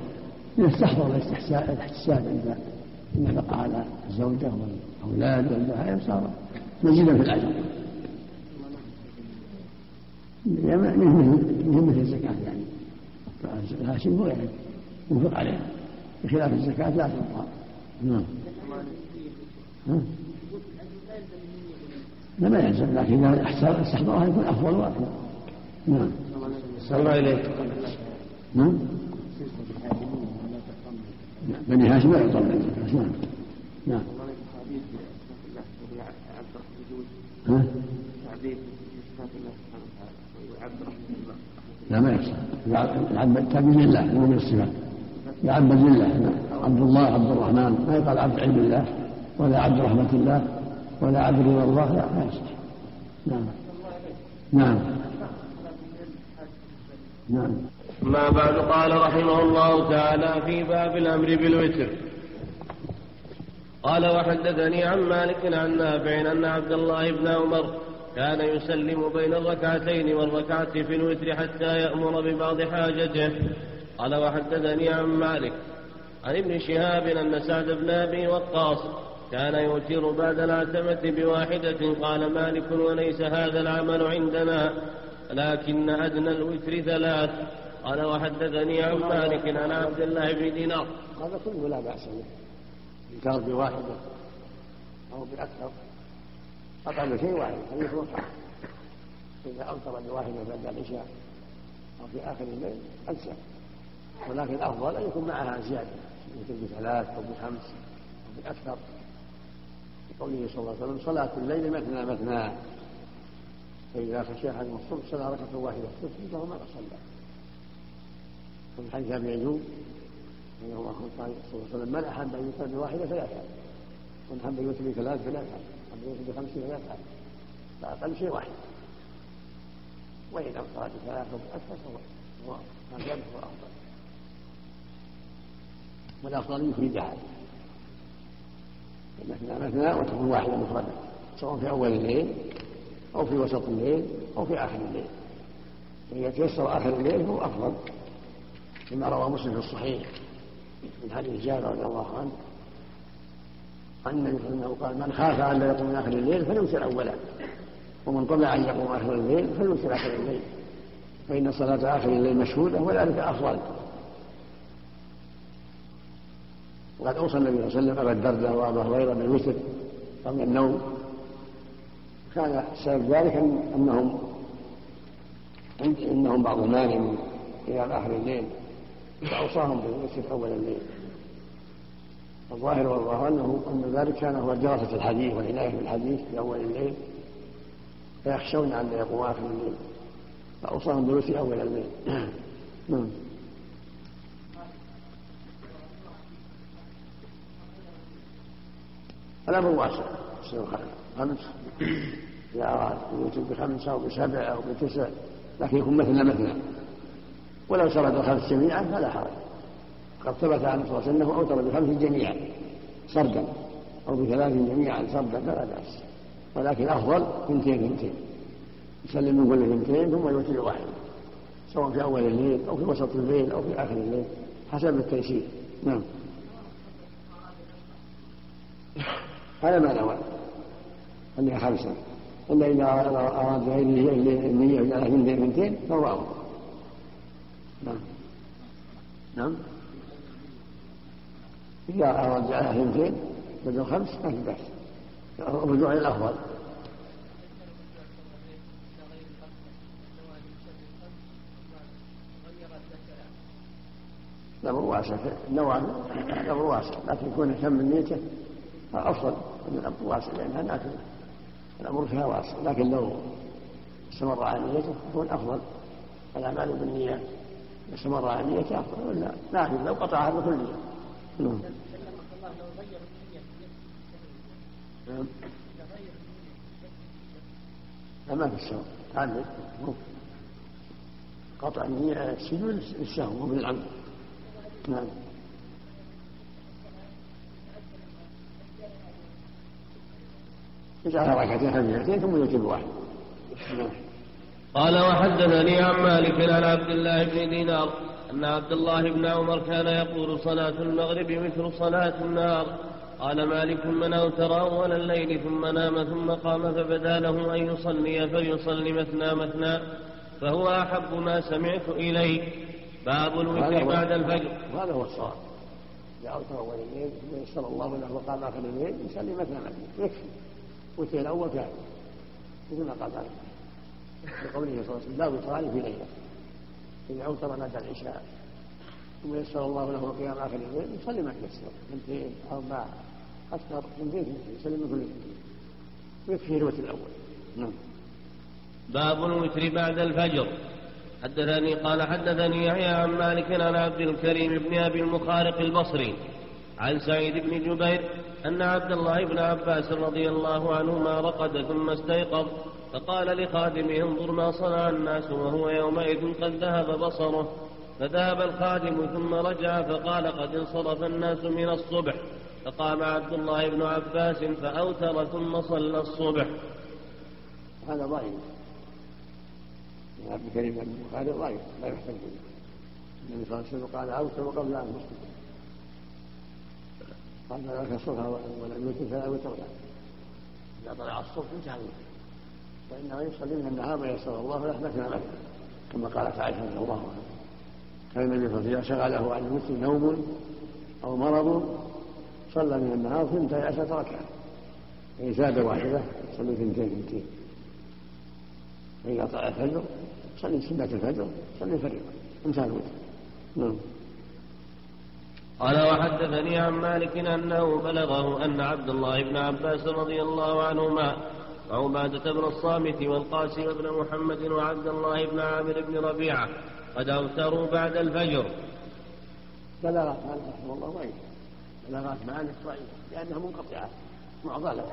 الاحتساب عند النفقة على الزوجة والأولاد والبهائم صار مزيدا في الأجر، مثل الزكاة يعني، فالهاشم هو يعني ينفق عليها، بخلاف الزكاة لا تنفق. نعم. لا يلزم، لكن إذا استحضرها يكون أفضل وأفضل. نعم. السلام عليكم. نعم. بني هاشم لا يطلب الزكاة. نعم. ها؟ لا ما يحصل، يعبد تعبد لله مو من الصفات، يعبد لله. عبد الله عبد الرحمن، ما يقال عبد علم الله ولا عبد رحمة الله ولا عبد رضا الله، لا ما يصح. نعم. نعم. نعم. ما بعد. قال رحمه الله تعالى في باب الأمر بالوتر. قال: وحدثني عن مالك عن نافع أن عبد الله بن عمر كان يسلم بين الركعتين والركعة في الوتر حتى يأمر ببعض حاجته. قال: وحدثني عن مالك عن ابن شهاب أن سعد بن أبي وقاص كان يوتر بعد العتمة بواحدة. قال مالك: وليس هذا العمل عندنا، لكن أدنى الوتر 3. قال: وحدثني عن مالك عن عبد الله بن دينار. هذا كله لا بأس به، يوتر بواحدة أو بأكثر، أقل شيء واحد خليه ركعة. إذا أوتر بواحدة بعد العشاء أو في آخر الليل أجزى، ولكن الأفضل أن يكون معها زيادة، يوتر ب3 أو ب5 أو بأكثر، قوله صلى الله عليه وسلم: صلاة الليل مثنى مثنى، فإذا خشي أحدكم الصبح صلى ركعة واحدة تسجد له ما صلى. وفي حديث أبي أيوب أنه قال صلى الله عليه وسلم: من أحب أن يوتر بواحدة فلا يفعل، ومن أحب أن يوتر ب3 فلا يفعل، أحب أن يوتر ب5 فلا يفعل، فأقل شيء واحد. وإن أوتر ب3 أو بأكثر فهو ما كان هو أفضل، والأفضل يفردها مثنى مثنى وتكون واحدة مفردة، سواء في أول الليل أو في وسط الليل أو في آخر الليل. وإذا تيسر آخر الليل هو أفضل، كما روى مسلم في الصحيح من حديث جابر رضي الله عنه عن النبي صلى الله عليه وسلم قال: من خاف أن لا يقوم آخر الليل فليوتر أوله، ومن طمع أن يقوم آخر الليل فليوتر آخر الليل، فإن صلاة آخر الليل مشهودة وذلك أفضل. وقد أوصى النبي صلى الله عليه وسلم أبا الدرداء وأبا هريرة بالوتر قبل النوم، كان سبب ذلك إنهم بعض نائم إلى آخر الليل، فأوصاهم بالوتر أول الليل. الظاهر والله أن ذلك كان هو دراسة الحديث والعناية بالحديث في أول الليل، فيخشون أن يقوموا آخر الليل، فأوصاهم بالوتر أول الليل. الأمر واسع، خمس إذا أراد يوتر ب5 أو ب7 أو ب9، لكن يكون مثنى، ولو سرد ال5 جميعا فلا حرج. قد ثبت عن صلى الله عليه وسلم أنه أوتر ب5 جميعا سردا أو ب3 جميعا سردا فلا بأس، ولكن أفضل 2 يسلم من كل 2 ثم يوتر واحد، سواء في أول الليل أو في وسط الليل أو في آخر الليل حسب التيسير. نعم. هذا ما نوى أنها 5، إلا إذا أراد غيره النية وجعلها 2 فهو أفضل. نعم. إذا أراد جعلها 2 بدل 5 ما في بأس، الرجوع إلى الأفضل. الأمر واسع، نوعا الأمر واسع، لكن يكون يهتم من نيته أفضل من الأمر واسع، لأنها نافلة الأمر فيها واسع، لكن لو استمر على نيته يكون أفضل. الأعمال بالنيات، استمر على نيته أفضل، ولا نافل لو قطعها بكلية. ما في السهو تعمد، قطع النية السجود للسهو ومن العمد. نعم. يجعلها 2 خفيفتين ثم يوتر واحد. قال: وحدثني عن مالك عن عبد الله بن دينار أن عبد الله بن عمر كان يقول: صلاة المغرب مثل صلاة النهار. قال مالك: من أوتر أول الليل ثم نام ثم قام فبدا له أن يصلي فليصلي مثنى، فهو أحب ما سمعت إليه. باب الوتر بعد الفجر. وهذا هو الصواب، إذا أوتر أول الليل ثم يسر الله له وقام آخر الليل يصلي مثنى، يكفي. وتر الأول كان مثل ما قال بقوله صلى الله عليه وسلم: لا وتران في ليلة. إذا أوتر بعد العشاء ثم يسر الله له قيام آخر الليل يصلي ما تيسر، 2 4 أكثر من 2 يصلي من كل 2 ويكفي الوتر الأول. نعم. باب الوتر بعد الفجر. حدثني قال: حدثني يحيى عن مالك عن عبد الكريم بن أبي المخارق البصري عن سعيد بن جبير أن عبد الله بن عباس رضي الله عنهما رقد ثم استيقظ، فقال لخادمه: انظر ما صنع الناس، وهو يومئذ قد ذهب بصره. فذهب الخادم ثم رجع فقال: قد انصرف الناس من الصبح. فقام عبد الله بن عباس فأوتر ثم صلى الصبح. هذا ضعيف، عبد الكريم بن المخارق ضعيف لا يحتج به. النبي صلى الله عليه وسلم قال: أوتر قبل أن يصبح، قال: ذلك الصبح ولم يوتر فلا يوتر له. إذا طلع الصبح انتهى الوتر، فإنه يصلي من النهار ما يسر الله له مثنى، كما قالت عائشة رضي الله عنها: كان النبي صلى الله عليه وسلم شغله عن الوتر نوم أو مرض صلى من النهار 12 ركعة، فإن زاد واحدة صلي 2. وإذا طلع الفجر صلي سنة الفجر، صلي فريضة، انتهى الوتر. نعم. قال: وحدثني عن مالك أنه بلغه أن عبد الله بن عباس رضي الله عنهما وعبادة بن الصامت والقاسم بن محمد وعبد الله بن عامر بن ربيعة قد أوتروا بعد الفجر. بلغت مالك رحمه الله ضعيف، بلغت مالك ضعيف لأنها منقطعة معضلة،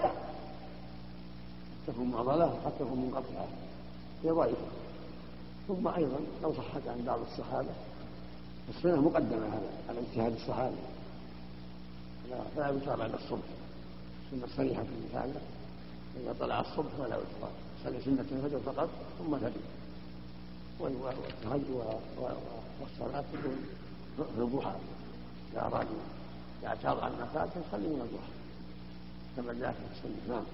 تكون معضلة قد تكون منقطعة، هي ضعيفة. ثم أيضا لو صحت عن بعض الصحابة السنة مقدمة على اجتهاد الصحابة، فلا يوتر بعد الصبح، سنة صريحة في المثال: إذا طلع الصبح ولا يوتر، صلي سنة الفجر فقط ثم فريضة. والصلاة تكون في الضحى، إذا أراد يعتاض عن ما فات يصلي من الضحى، كما جاء في السنة. نعم.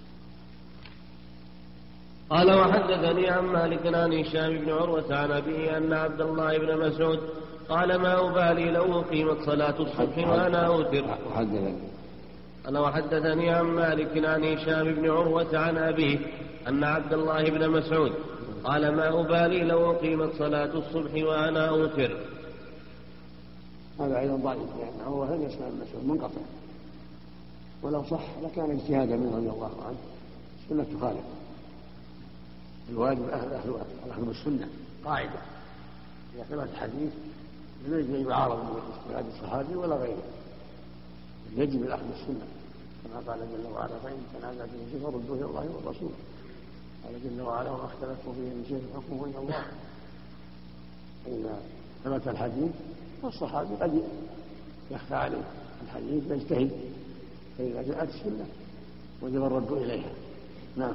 قال وحدثني عن مالك عن هشام بن عروة عن أبيه أن عبد الله بن مسعود قال ما أبالي لو أقيمت صلاة الصبح وأنا أوتر. قال وحدثني عن مالك عن هشام بن عروة عن أبيه أن عبد الله بن مسعود قال ما أبالي لو أقيمت صلاة الصبح وأنا أوتر. هذا أيضا ضعيف لأن عروة لم يسمع المسعود منقطع، ولو صح لكان اجتهادا منه رضي الله عنه. السنة تخالف، الواجب الأخذ بالسنة قاعدة. إذا ثبت الحديث لا يجب أن يعارض باجتهاد الصحابي ولا غيره، يجب الأخذ بالسنة كما قال جل وعلا فإن تنازعتم في شيء فردوه إلى الله والرسول. قال جل وعلا وما اختلفتم فيه من شيء فحكمه إلى الله. فإذا ثبت الحديث فالصحابي قد يخفى عليه الحديث فيجتهد، فإذا جاءت السنة وجب الرد إليها. نعم.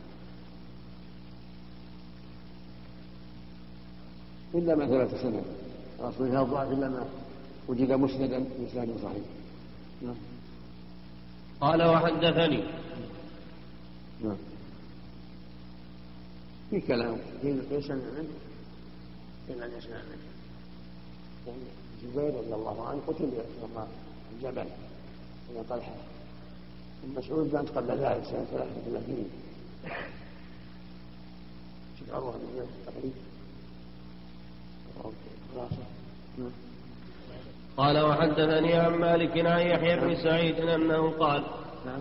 إلا ما ثبت سند الأصل فيها الضعف إلا ما وجد مسندا بإسناد صحيح. نعم. قال وحدثني. نعم. في كلام في سمع منه إلا أن يسمع منه. يعني الزبير رضي الله عنه قتل يوم الجبل من طلحة. المسعود كانت قبل ذلك سنة 33. شوف عروة بن الزبير قال وحدثني عن مالك عن يحيى بن سعيد أنه قال عروة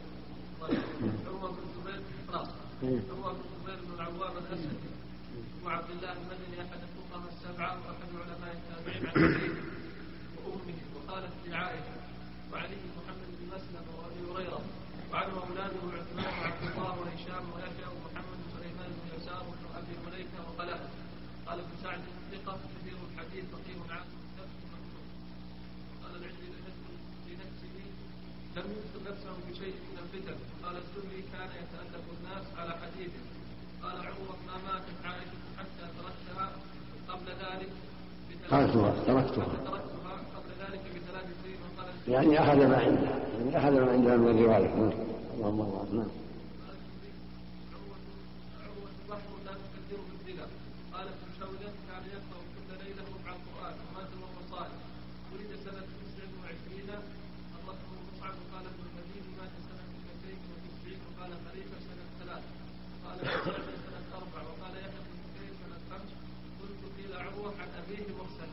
بن الزبير بن العوام الأسد وعبد الله المدني أحد الفقهاء السبعة وأحد علماء التابعين عن أبيه وأمه وقالت لعائشة وعليه محمد بن مسلم وأبي هريرة وعن أولاده عثمان وعبد الله وهشام ويحيى ومحمد وسليمان بن يسار وابن أبي مليكة وقلال. قال ابن سعد الثقة كثير الحديث فقيه عام نفسه مكتوب. قال العلم لنفسه لم يدخل نفسه بشيء من الفتن. قال السلمي كان يتألف الناس على حديثه. قال عروة ما ماتت عائشة حتى تركتها قبل ذلك قبل ذلك ب3 سنين. وقال يعني أخذ ما عندها من الرواية. اللهم الله. نعم. عروة بحر لا تكدر بالزنا. قالت مشودة كان يقرأ كل ليلة ربع القرآن ومات وهو صائم. ولد سنة 29 الرقم المصعب. وقال ابن المديني مات سنة 92 وقال خليفة سنة 3. قال سنة 4. وقال يحيى بن بكير سنة 5. قلت قيل عروة عن أبيه مرسل.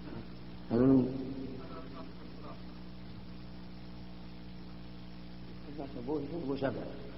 أبوه 7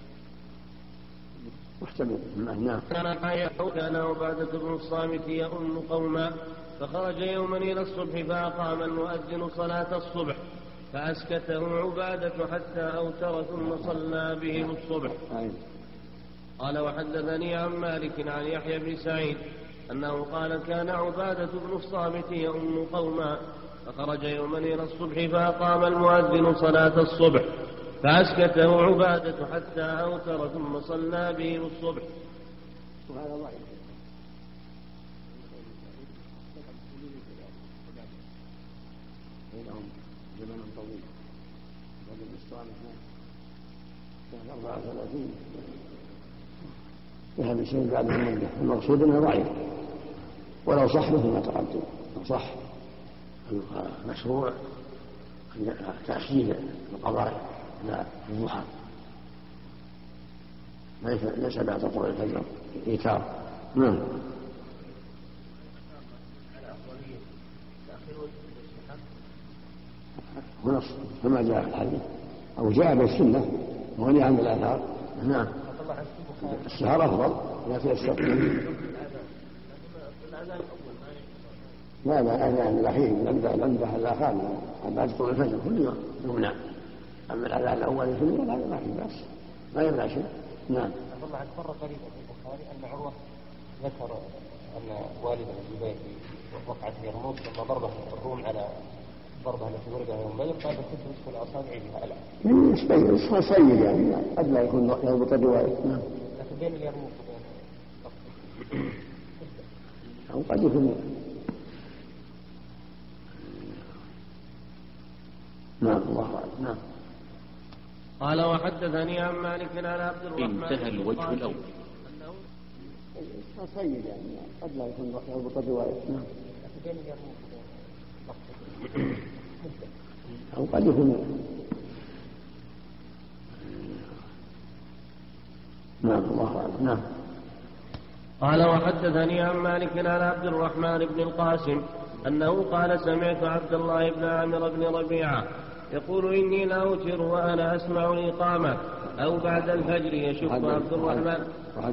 محتمل. نعم. كان عبادة بن الصامت يؤم قوما فخرج يوما إلى الصبح فأقام المؤذن صلاة الصبح فأسكته عبادة حتى أوتر ثم صلى بهم الصبح. قال وحدثني عن مالك عن يحيى بن سعيد أنه قال كان عبادة بن الصامت يؤم قوما فخرج يوما إلى الصبح فأقام المؤذن صلاة الصبح فأسكته عبادة حتى أوتر ثم صلى بهم الصبح. وهذا ضعيف. بينهم زمن طويل. وبين الصالح كان 34 ذهب الشيء بعد المدة. المقصود أنه ضعيف، ولو صح مثل ما تقدم. لو صح مشروع تأخير القضاء لا الضحى ليس بعد طلوع الفجر إيتار. نعم. هنا كما جاء في الحديث أو جاء بالسنة وغني عن الآثار. نعم. السهر أفضل لا تيسر. لا الأذان الأخير الأنبه الآخر بعد طلوع الفجر كل يوم يمنع. أما الأذان الأول في الليل هذا ما في بأس، ما يمنع شيء. نعم. والله عن مرة قريبة في البخاري أن عروة ذكر أن والده الزبير وقعت في يرموك لما ضربه الروم على ضربه التي وردها يوم بدر قال كنت ندخل أصابعي بها ألعب. يعني صيد يعني قد لا يكون يضبط الرواية. نعم. لكن بين اليرموك وبين أو قد يكون. نعم الله أعلم. نعم. قال وحدثني عن مالك عن عبد الرحمن انتهى الوجه الأول. صيد يعني قد لا يكون يربط الرواية. نعم. أو قد يكون. نعم الله أعلم. نعم. قال وحدثني عن مالك عن عبد الرحمن بن القاسم أنه قال سمعت عبد الله بن عامر بن ربيعة يقول إني لأوتر وأنا أسمع الإقامة أو بعد الفجر يشك عبد الرحمن.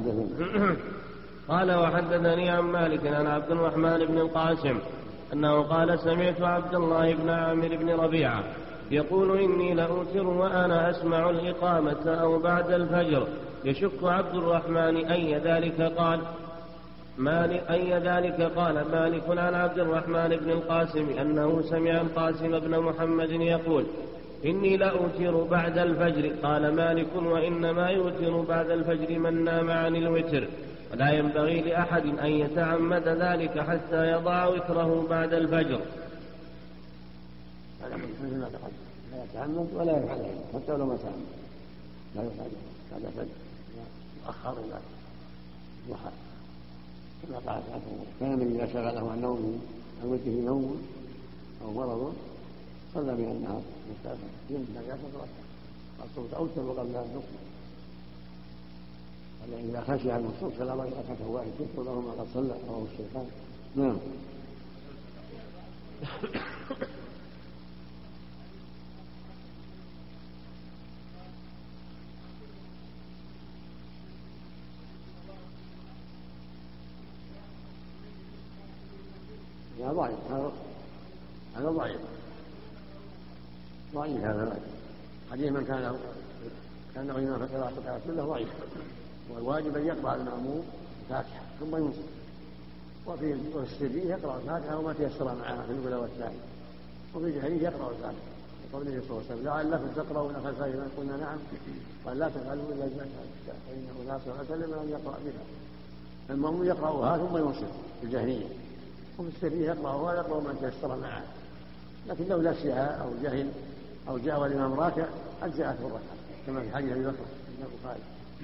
قال وحدثني عن مالك عن عبد الرحمن بن القاسم أنه قال سمعت عبد الله بن عامر بن ربيعة يقول إني لأوتر وأنا أسمع الإقامة أو بعد الفجر يشك عبد الرحمن أي ذلك قال مالك عن عبد الرحمن بن القاسم أنه سمع القاسم بن محمد يقول إني لأوتر بعد الفجر. قال مالك وإنما يوتر بعد الفجر من نام عن الوتر ولا ينبغي لأحد أن يتعمد ذلك حتى يضع وتره بعد الفجر. لا يتعمد ولا يفعل حتى لو ما تعمد لا يفعل بعد الفجر يؤخر إلى الضحى كما قال كان من إذا شغله عن نوم أو وجهه نوم أو مرض صلى من النهار يمكن أن يأخذ ركعة أوتر قبل أن تصبح. ولكن إذا خشي عن الصبح فلا بد ركعته واحد يكفر له ما قد صلى رواه الشيخان. نعم. ضعيف هذا ضعيف هذا حديث من كان إمام في قراءة القرآن كله ضعيف. والواجب أن يقرأ المأموم الفاتحة ثم ينصت وفي السري يقرأ الفاتحة وما تيسر معها في الأولى والثانية وفي الجهري يقرأ الفاتحة قوله صلى الله عليه وسلم لعلكم تقرؤون خلفه. قلنا نعم قال لا تفعلوا إلا فإنه لا صلاة لمن لم يقرأ بها. المأموم يقرأها ثم ينصت في الجهرية وفي السرية يقرأها يقرأ ما تيسر معه. لكن لو نسيها أو جهل أو جاء والإمام راكع أجزأته الركعة كما في حديث أبي بكر عند البخاري.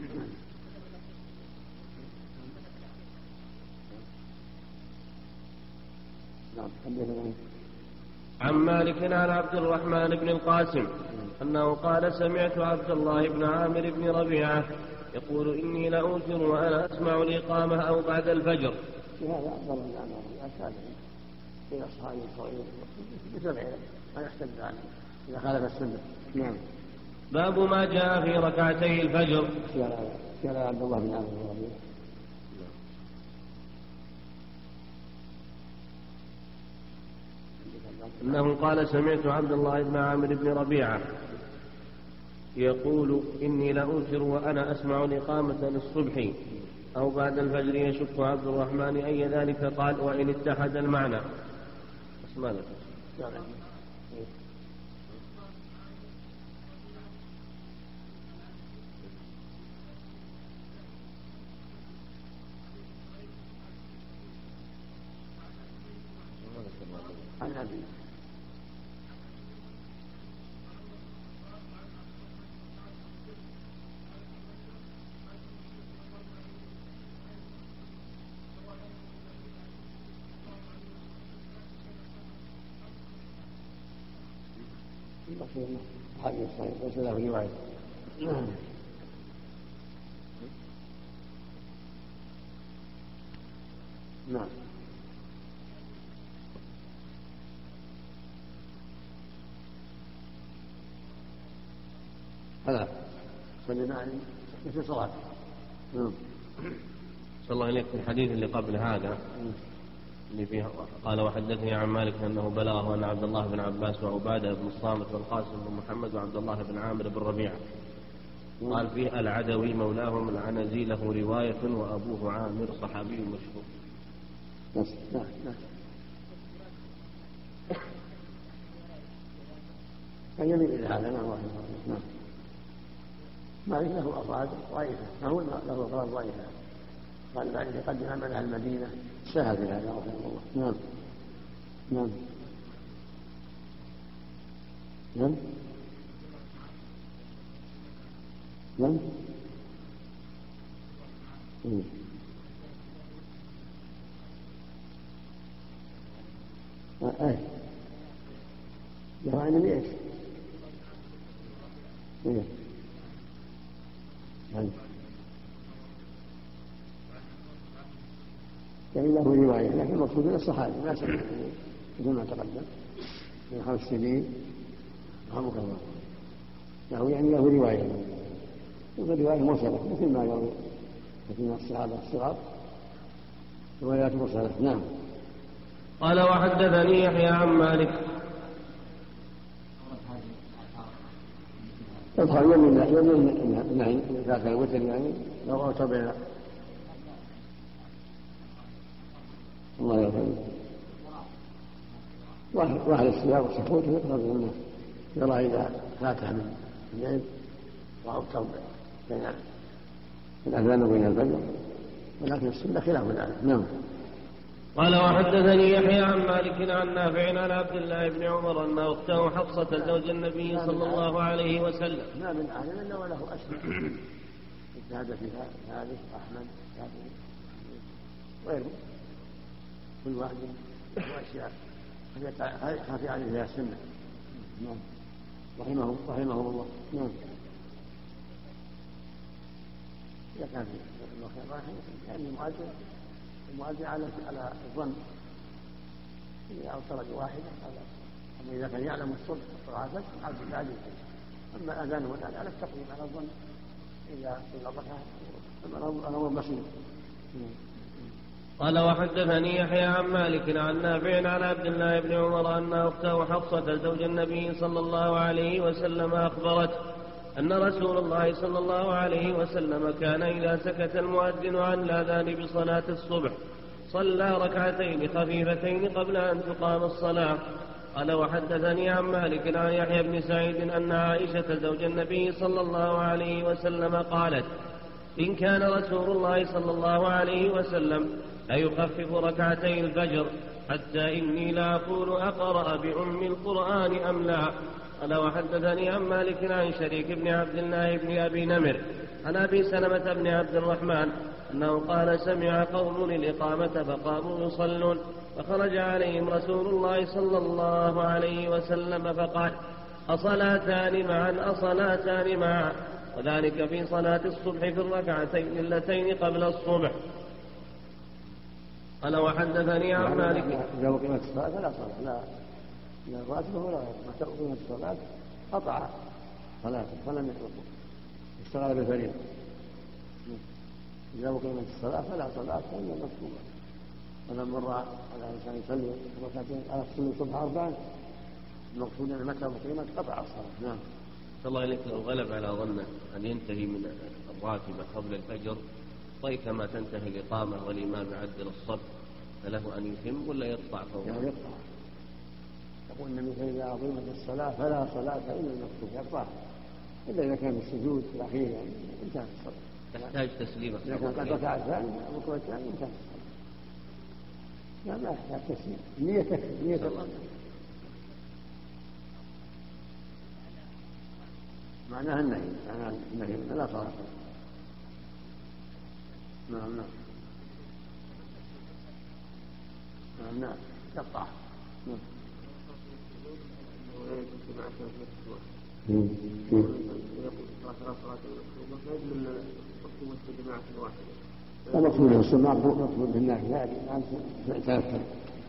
عن مالك عن عبد الرحمن بن القاسم أنه قال سمعت عبد الله بن عامر بن ربيعة يقول إني لأوتر وأنا أسمع الإقامة أو بعد الفجر. هذا أفضل من الأمر الثاني في أصحابه الصغير بسبع ما يحتج عنه إذا خالف السنة. نعم. باب ما جاء في ركعتي الفجر. قال عبد الله بن عامر بن ربيعة أنه قال سمعت عبد الله بن عامر بن ربيعة يقول إني لأوتر وأنا أسمع الإقامة للصبح أو بعد الفجر يشك عبد الرحمن أي ذلك قال وإن اتحد المعنى. ماذا؟ عن أبي حديث صحيح ليس له رواية. نعم. هلا صلي معي في صلاة. صلى الله عليك في الحديث اللي قبل هذا اللي فيه قال وحدثني عن مالك أنه بلغه أن عبد الله بن عباس وعبادة بن الصامت والقاسم بن محمد وعبد الله بن عامر بن ربيعة قال فيه العدوي مولاهم العنزي له رواية وأبوه عامر صحابي مشهور. يميل إلى هذا نعم. مالك له أفراد ضعيفة ما هو له أفراد ضعيفة قال بعد يقدم عمل أهل المدينة سهل في هذا رحمه الله. نعم نعم. دفع النبي ايش؟ يعني له رواية، لكن المقصود من الصحابي ما سمع بدون ما تقدم من 5 سنين رحمه الله له، يعني له رواية، وفي رواية مرسلة مثل ما يروي من الصحابة الصغار روايات مرسلة. نعم. قال وحدثني يحيى عن مالك يظهر يوم النهي ذاك الوتر، يعني لو أوتر بين الله يرحمه واحد السياق والسكوت يقرب منه يرى إذا فاته من الليل وأوتر بين الأذان وبين الفجر، ولكن السنة خلاف ذلك. نعم. قال وحدثني يحيى عن مالك عن نافع عن عبد الله بن عمر أن أخته حفصة زوج النبي صلى الله عليه وسلم ما من أهل إلا وله أسماء اجتهد فيها مالك أحمد وغيره، كل واحد له أشياء خفي عليها السنة. نعم. رحمه الله. نعم. إذا كان في الخير راحل يعني المؤذن على الظن إذا أوصل بواحدة، أما إذا كان يعلم الصبح والصلاة على الفجر. أما الأذان والآن على التقديم على الظن إذا صلى الضحى الأمر بسيط. قال وحدثني يحيى عن مالك عن نافع عن عبد الله بن عمر أن أخته حفصة زوج النبي صلى الله عليه وسلم أخبرت أن رسول الله صلى الله عليه وسلم كان إذا سكت المؤذن عن الأذان بصلاة الصبح صلى ركعتين خفيفتين قبل أن تقام الصلاة. قال وحدثني عن مالك عن يحيى بن سعيد أن عائشة زوج النبي صلى الله عليه وسلم قالت إن كان رسول الله صلى الله عليه وسلم ليخفف ركعتي الفجر حتى إني لا أقول أقرأ بأم القرآن أم لا. قال وحدثني عن مالك عن شريك بن عبد الله بن أبي نمر عن أبي سلمة بن عبد الرحمن أنه قال سمع قوم الإقامة فقاموا يصلون فخرج عليهم رسول الله صلى الله عليه وسلم فقال أصلاتان معا وذلك في صلاة الصبح في الركعتين اللتين قبل الصبح. قال وحدثني عن مالك إذا أقيمت الصلاة فلا صلاة لا راتبه ولا متى أقيمت الصلاة قطع صلاته فلم يتركه اشتغل بالفريضة. إذا أقيمت الصلاة فلا صلاة إلا مكتوبة. ولما مر على إنسان يصلي ركعتين على تصلي الصبح 4 المقصود أن متى أقيمت قطع الصلاة. نعم. الله إليك لو غلب على ظنه أن ينتهي من الراتبة قبل الفجر طيب كما تنتهي الإقامة والإمام يعدل الصف فله أن يتم ولا يقطع فوقه؟ يعني يقطع. يقول النبي فإذا أقيمت الصلاة فلا صلاة إلا المكتوب يقطعها إلا إذا كان السجود في الأخير يعني انتهت الصلاة. تحتاج تسليمة. إذا كان قد ركع الثاني أو ركوع الثاني انتهت الصلاة. لا ما يحتاج تسليم. نية تكفي نية الله. معناها النهي لا صلاة. نعم يقطع. المقصود السماع مقصود بالناس لا تأثر.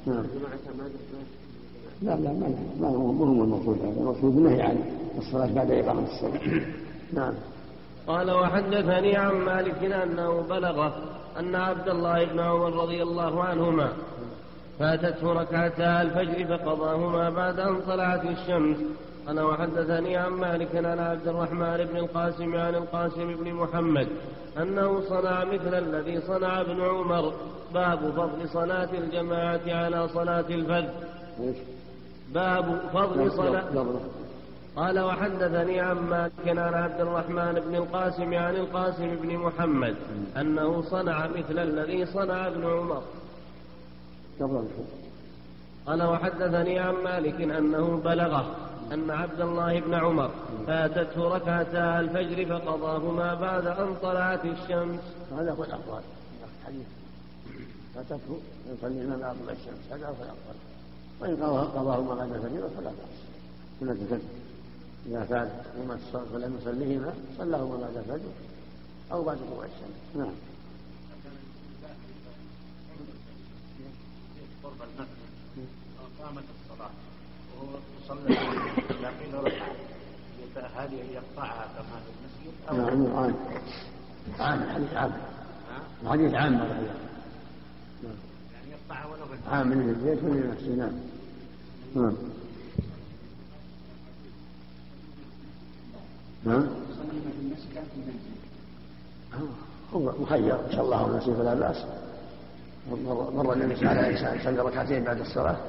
لا ما هو المقصود هذا المقصود النهي عن الصلاة بعد إقامة الصلاة. نعم. قال وحدثني عن مالك أنه بلغه أن عبد الله بن عمر رضي الله عنهما فاتته ركعتا الفجر فقضاهما بعد أن طلعت الشمس. قال وحدثني عن مالك عن عبد الرحمن بن القاسم عن القاسم بن محمد أنه صنع مثل الذي صنع ابن عمر. باب فضل صلاة الجماعة على صلاة الفجر. باب فضل صلاة. قال وحدثني عن مالك عن عبد الرحمن بن القاسم عن القاسم بن محمد أنه صنع مثل الذي صنع ابن عمر. قال وحدثني عن مالك أنه بلغه أن عبد الله بن عمر فاتته ركعتا الفجر فقضاهما بعد أن طلعت الشمس. هذا هو الأفضل الحديث، فاتته يصليهما بعد طلوع الشمس، هذا هو الأفضل. وإن قضاهما بعد الفجر فلا بأس، سنة الفجر إذا فات وما فلم يصليهما صلاهما بعد الفجر أو بعد طلوع الشمس. نعم. قرب المسجد قامت الصلاة وهو يصلي لكن ركعة هذه يقطعها كما في المسجد أو نعم. عام الحديث عام، الحديث عام يعني يقطعها ولو في عام من البيت ومن المسجد. نعم. يصلي في المسجد في المنزل هو مخير إن شاء الله ونسيه فلا بأس. مر النبي صلى الله عليه وسلم يصلي ركعتين بعد الصلاة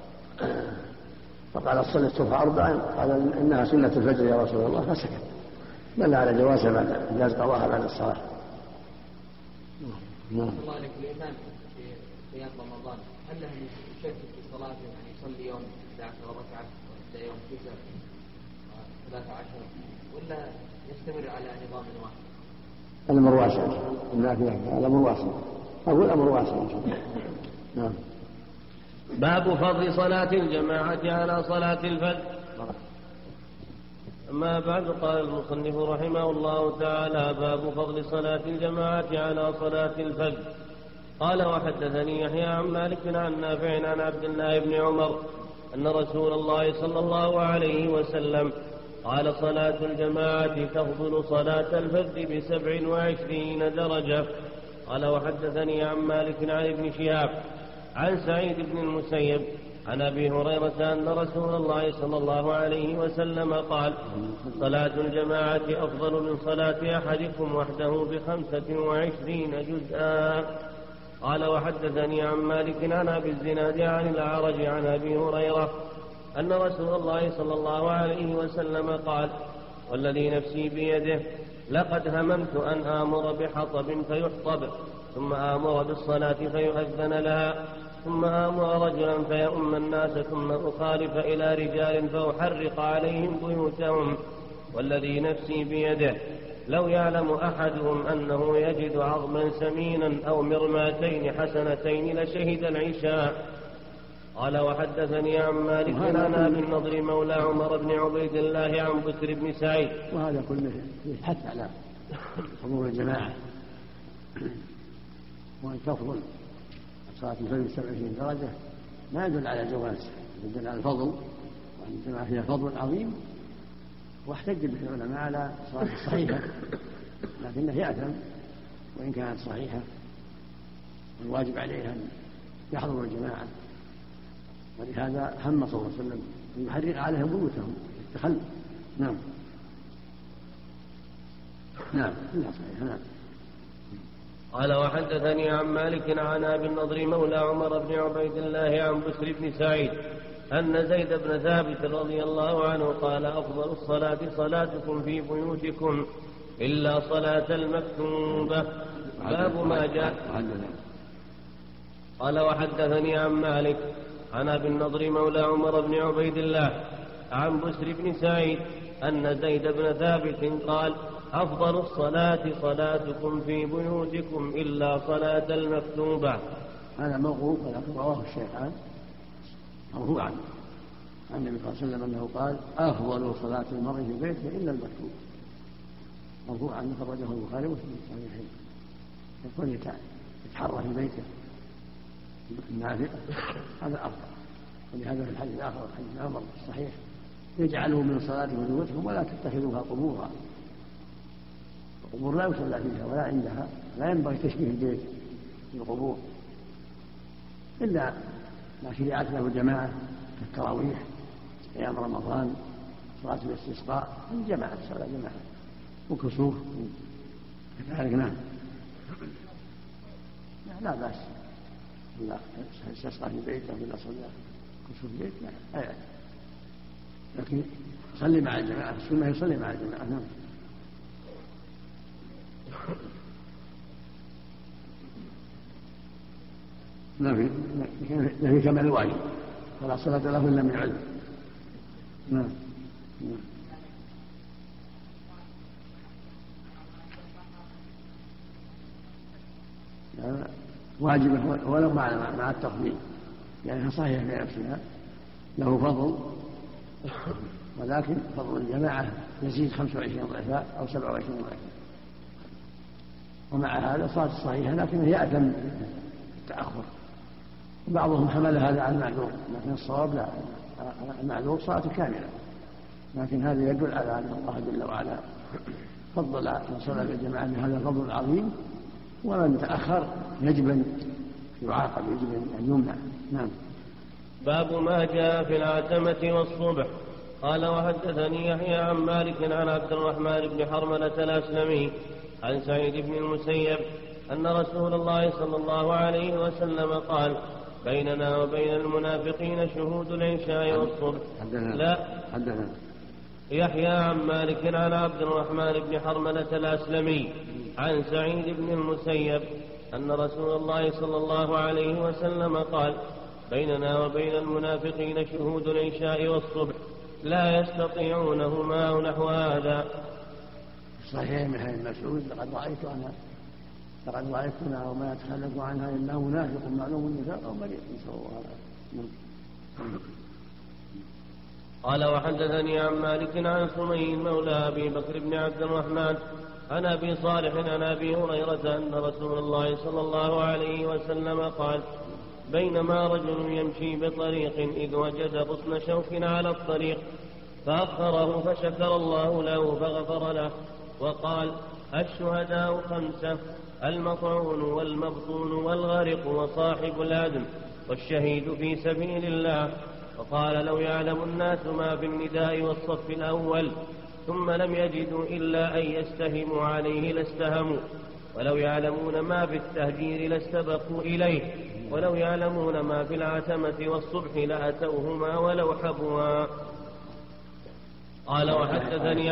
فقال صلي الصبح 4، قال إنها سنة الفجر يا رسول الله، فسكت. دل على جوازها بعد جواز قضاها بعد الصلاة. الله عليك الإمام في قيام رمضان هل له يشتت في صلاته، يعني يصلي يوم 11 ركعة ويبدأ يوم 9 13 ولا يستمر على نظام واحد؟ الأمر واسع، الأمر واسع، أقول الأمر واسع إن شاء الله. نعم. باب فضل صلاة الجماعة على صلاة الفجر. أما بعد، قال المصنف رحمه الله تعالى: باب فضل صلاة الجماعة على صلاة الفجر. قال: وحدثني يحيى عن مالك عن نافع عن عبد الله بن عمر أن رسول الله صلى الله عليه وسلم قال: صلاة الجماعة تفضل صلاة الفجر ب27 درجة. قال: وحدثني عن مالك عن ابن شهاب عن سعيد بن المسيب عن أبي هريرة أن رسول الله صلى الله عليه وسلم قال: صلاة الجماعة أفضل من صلاة أحدكم وحده ب25 جزءا. قال: وحدثني عن مالك عن أبي الزناد عن الأعرج عن أبي هريرة أن رسول الله صلى الله عليه وسلم قال: والذي نفسي بيده لقد هممت أن آمر بحطب فيحطب، ثم آمر بالصلاة فيؤذن لها، ثم آمر رجلا فيؤم الناس، ثم أخالف إلى رجال فأحرق عليهم بيوتهم، والذي نفسي بيده لو يعلم أحدهم أنه يجد عظما سمينا أو مرماتين حسنتين لشهد العشاء. قال: وحدثني عن مالك عن أبي النضر مولى عمر بن عبيد الله عن بسر بن سعيد. وهذا كله يحث على حضور الجماعة، وأن تفضل صلاة الفجر 27 درجة ما يدل على جواز، يدل على الفضل، وأن الجماعة فيها فضل عظيم. واحتج به العلماء على صلاة الصحيحة، لكنه يأثم وإن كانت صحيحة، والواجب عليه أن يحضر الجماعة. ولهذا هم صلى الله عليه وسلم أن يحرق عليهم بيوتهم التخلف. نعم. نعم. نعم. قال: وحدثني عن مالك عن أبي النضر مولى عمر بن عبيد الله عن بسر بن سعيد أن زيد بن ثابت رضي الله عنه قال: أفضل الصلاة صلاتكم في بيوتكم إلا صلاة المكتوبة. باب ما جاء. قال: وحدثني عن مالك عن أبي النضر مولى عمر بن عبيد الله عن بسر بن سعيد أن زيد بن ثابت قال: أفضل الصلاة صلاتكم في بيوتكم إلا صلاة المكتوبة. هذا موقوف، ولكن رواه الشيخان مرفوعا عن النبي صلى الله عليه وسلم أنه قال: أفضل صلاة المرء في بيته إلا المكتوبة. مرفوعا خرجه البخاري ومسلم في الصحيحين. يكون يتحرى في بيته النافلة، هذا أفضل. ولهذا في الحديث الآخر الحديث عمر الصحيح: يجعلوا من صلاة بيوتكم ولا تتخذوها قبورا. القبور لا يصلى فيها ولا عندها، لا ينبغي تشبيه البيت بالقبور، إلا ما شرعت له الجماعة كالتراويح، قيام رمضان، صلاة الاستسقاء، الجماعة صلاة جماعة، وكسوف كذلك. نعم. لا بأس إلا استسقى في بيته ولا صلى كسوف بيت، لا يعني. لكن يصلي مع الجماعة، السنة يصلي مع الجماعة. نعم. لا في كمال الواجب، فلا صلاة له إلا من علم. نعم. واجبة ولو مع التفضيل، يعني صحيح في نفسها له فضل، ولكن فضل الجماعة يزيد 25 ضعفا أو 27 ضعفا، ومع هذا صارت صحيحة لكن هي أتم التأخر. بعضهم حمل هذا على المعذور، لكن الصواب لا، المعذور صلاة كاملة، لكن هذا يدل على أن الله جل وعلا فضل من صلى بالجماعة بهذا الفضل العظيم، ومن تأخر يجب أن يعاقب، يجب أن يمنع. نعم. باب ما جاء في العتمة والصبح. قال وحدثني يحيى عن مالك عن عبد الرحمن بن حرملة الأسلمي عن سعيد بن المسيب أن رسول الله صلى الله عليه وسلم قال بيننا وبين المنافقين شهود العشاء والصبح. حدثنا يحيى عن مالك عن عبد الرحمن بن حرملة الأسلمي عن سعيد بن المسيب أن رسول الله صلى الله عليه وسلم قال بيننا وبين المنافقين شهود العشاء والصبح لا يستطيعونهما أو نحو هذا. صحيح من حديث مسعود لقد رأيتنا وما يتخلف عنها إلا منافق معلوم النفاق أو مريض، نسأل الله العافية. قال وحدثني عن مالك عن سمي مولى أبي بكر بن عبد الرحمن عن أبي صالح عن أبي هريرة أن رسول الله صلى الله عليه وسلم قال بينما رجل يمشي بطريق إذ وجد غصن شوك على الطريق فأخره فشكر الله له فغفر له، وقال الشهداء 5: المطعون والمبطون والغرق وصاحب العدم والشهيد في سبيل الله. وقال لو يعلم الناس ما في النداء والصف الأول ثم لم يجدوا إلا أن يستهموا عليه لاستهموا، ولو يعلمون ما في التهجير لاستبقوا إليه، ولو يعلمون ما في العتمة والصبح لأتوهما ولو حبوا. قال وحدثني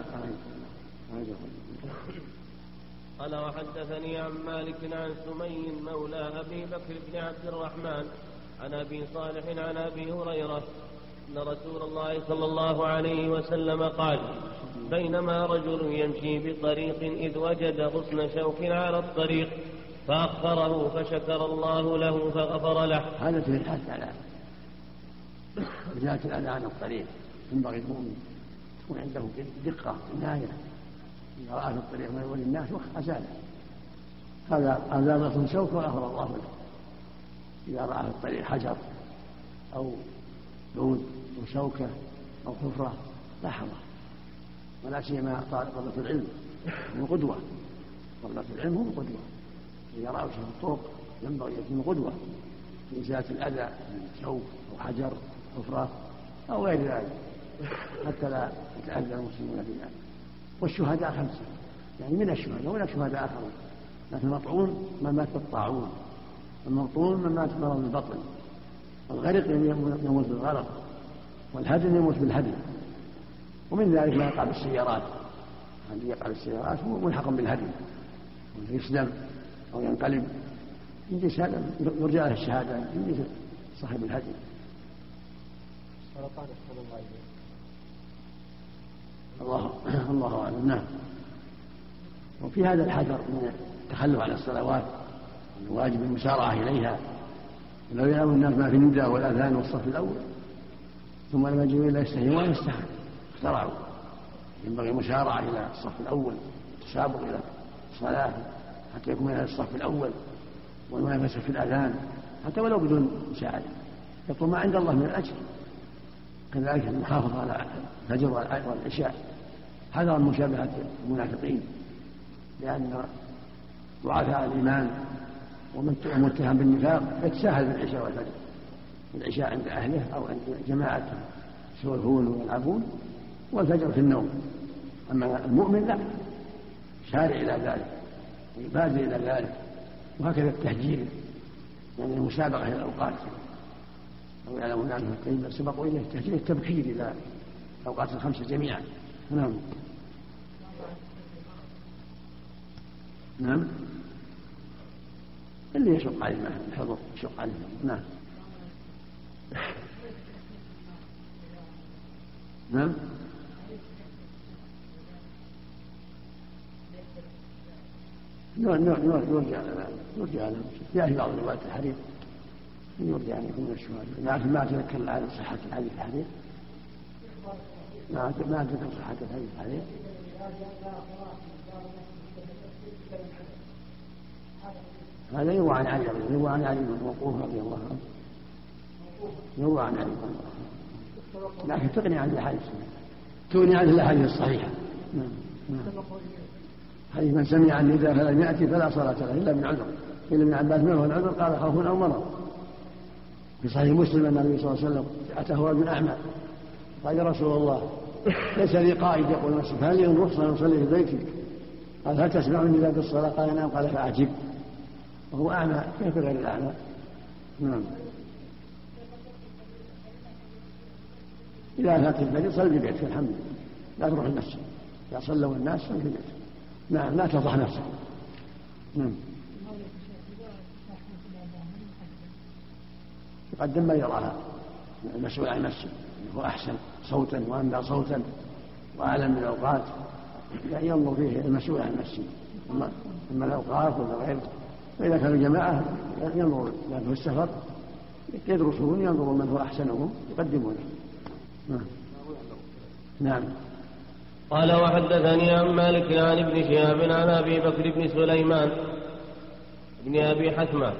عن مالك عن سمي مولى أبي بكر بن عبد الرحمن عن أبي صالح عن أبي هريرة أن رسول الله صلى الله عليه وسلم قال بينما رجل يمشي بطريق إذ وجد غصن شوك على الطريق فأخره فشكر الله له فغفر له. هذا في الحث على إزالة الأذى عن الطريق، ينبغي المؤمن تكون عنده دقة عناية، إذا رأى في الطريق ما يولي الناس أزاله، هذا غصن شوك وغفر الله له. إذا رأى في الطريق حجر أو عود أو شوكة أو حفرة لا حرج، ولا سيما طلبة العلم من قدوة، طلبة العلم هم قدوة، إذا رأوا شيء الطرق ينبغي يكون قدوة في إزالة الأذى من شوك أو حجر أو حفرة أو غير ذلك حتى لا يتأذى المسلمون في ذلك. والشهداء 5 يعني من الشهداء ولا شهداء آخرون، لكن المطعون من مات بالطاعون، المبطون من مات مرض البطن، والغرق يموت بالغرق، والهدم يموت بالهدم. ومن ذلك ما يقع بالسيارات، الذي يقع بالسيارات هو ملحق بالهدم ويسلم أو ينقلب، يجلس هذا يرجع له الشهادة، يجلس صاحب الهدم. الله أعلم. نعم. وفي هذا الحذر من التخلف عن الصلوات، الواجب المسارعة إليها، ولو يعلم الناس ما في النداء والأذان والصف الأول ثم لم يجدوا إلا يستهيئون يستحق اخترعوا. ينبغي المسارعة إلى الصف الأول، التسابق إلى الصلاة حتى يكون إلى الصف الأول، والمنافسة في الأذان حتى ولو بدون مساعدة، يطلب ما عند الله من الأجر. كذلك المحافظة على الفجر والعشاء، حذر من مشابهة المنافقين، لأن ضعفاء الإيمان ومتهم بالنفاق يتساهل بالعشاء والفجر، العشاء عند أهله أو عند جماعته يسولفون ويلعبون، والفجر في النوم. أما المؤمن لا، شارع إلى ذلك ويبادر إلى ذلك. وهكذا التهجير، يعني المسابقة إلى الأوقات، أو يعلم الناس كيف سبقوا إليه التهجير، التبكير إلى الأوقات 5 جميعا. نعم. اللي يشق عليه الحضور يشق عليه. نعم. يرجع له جاء في بعض روايات الحديث يرجع أن يكون من الشهداء، لكن ما أتذكر عن صحة الحديث ما أتذكر صحة الحديث. هذا يروى عن علي موقوف رضي الله عنه، يروى عن علي لكن تغني عن الأحاديث، تغني عن الأحاديث الصحيحة. حديث من سمع النداء فلم يأتي فلا صلاة له إلا من عذر. إلا من عباس ما هو العذر؟ قال خوف أو مرض. في صحيح مسلم أن النبي صلى الله عليه وسلم أتاه رجل أعمى قال يا رسول الله ليس لي قائد يقول المسجد هل لي رخصة نصلي في بيتي؟ قال هل تسمع النداء في الصلاة؟ قال نعم. قال فأعجب، وهو أعمى كيف غير الأعمى؟ نعم. إذا فات الفجر صل في بيتك الحمد لله، لا تروح المسجد. إذا صلوا الناس صل في بيتك. نعم لا تفضح نفسك. نعم. يقدم ما يراها المسؤول عن المسجد هو أحسن صوتا وأنبع صوتا وأعلم من الأوقات، يعني ينظر فيه المسؤول عن المسجد. أما الأوقات ولا غيره، فإذا كانوا جماعة ينظر في السفر يدرسون ينظر من هو أحسنهم يقدمونه. نعم. قال وحدثني عن مالك عن ابن شهاب عن أبي بكر بن سليمان بن أبي حثمة.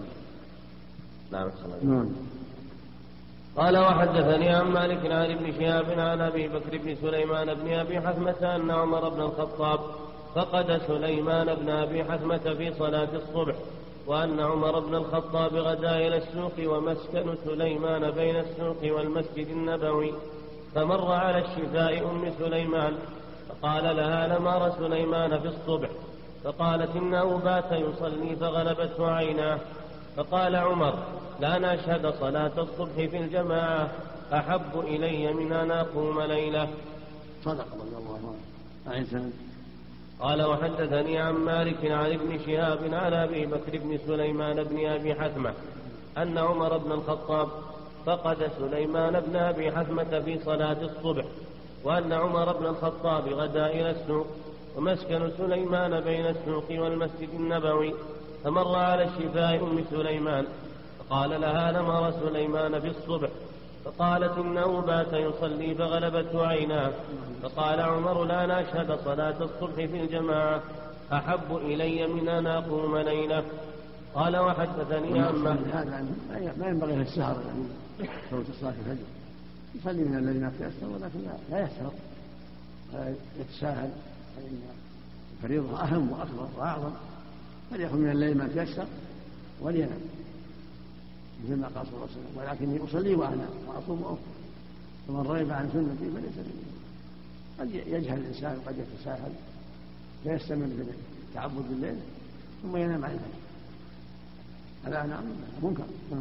نعم. قال وحدثني عن مالك عن ابن شهاب عن أبي بكر بن سليمان بن أبي حثمة أن عمر بن الخطاب فقد سليمان بن أبي حثمة في صلاة الصبح، وأن عمر بن الخطاب غدا إلى السوق ومسكن سليمان بين السوق والمسجد النبوي، فمر على الشفاء أم سليمان فقال لها لمر سليمان في الصبح، فقالت إنه بات يصلي فغلبته عيناه، فقال عمر لا نشهد صلاة الصبح في الجماعة أحب إلي من أن أقوم ليلة. صدق رضي الله عنه. قال وحدثني عن مالك عن ابن شهاب عن أبي بكر بن سليمان بن أبي حثمة أن عمر بن الخطاب فقد سليمان بن أبي حثمة في صلاة الصبح، وأن عمر بن الخطاب غدا إلى السوق ومسكن سليمان بين السوق والمسجد النبوي، فمر على الشفاء أم سليمان فقال لها لمر سليمان في الصبح، فقالت إنه بات يصلي فغلبته عيناه، فقال عمر لا نشهد صلاة الصبح في الجماعة أحب إلي من أن أقوم ليلة. قال وحدثني عن هذا ما ينبغي السهر يعني صوت صلاة الفجر، يصلي من الذي ما تيسر ولكن لا يسهر يتساهل، فإن الفريضة أهم وأكبر وأعظم، فليكن من الليل ما تيسر ولينام مثل ما قال صلى الله عليه وسلم، ولكني أصلي وأنام وأصوم وأفطر، فمن رغب عن سنتي فليس مني. قد يجهل الإنسان وقد يتساهل فيستمر في التعبد بالليل ثم ينام عن الفجر، هذا نعم منكر.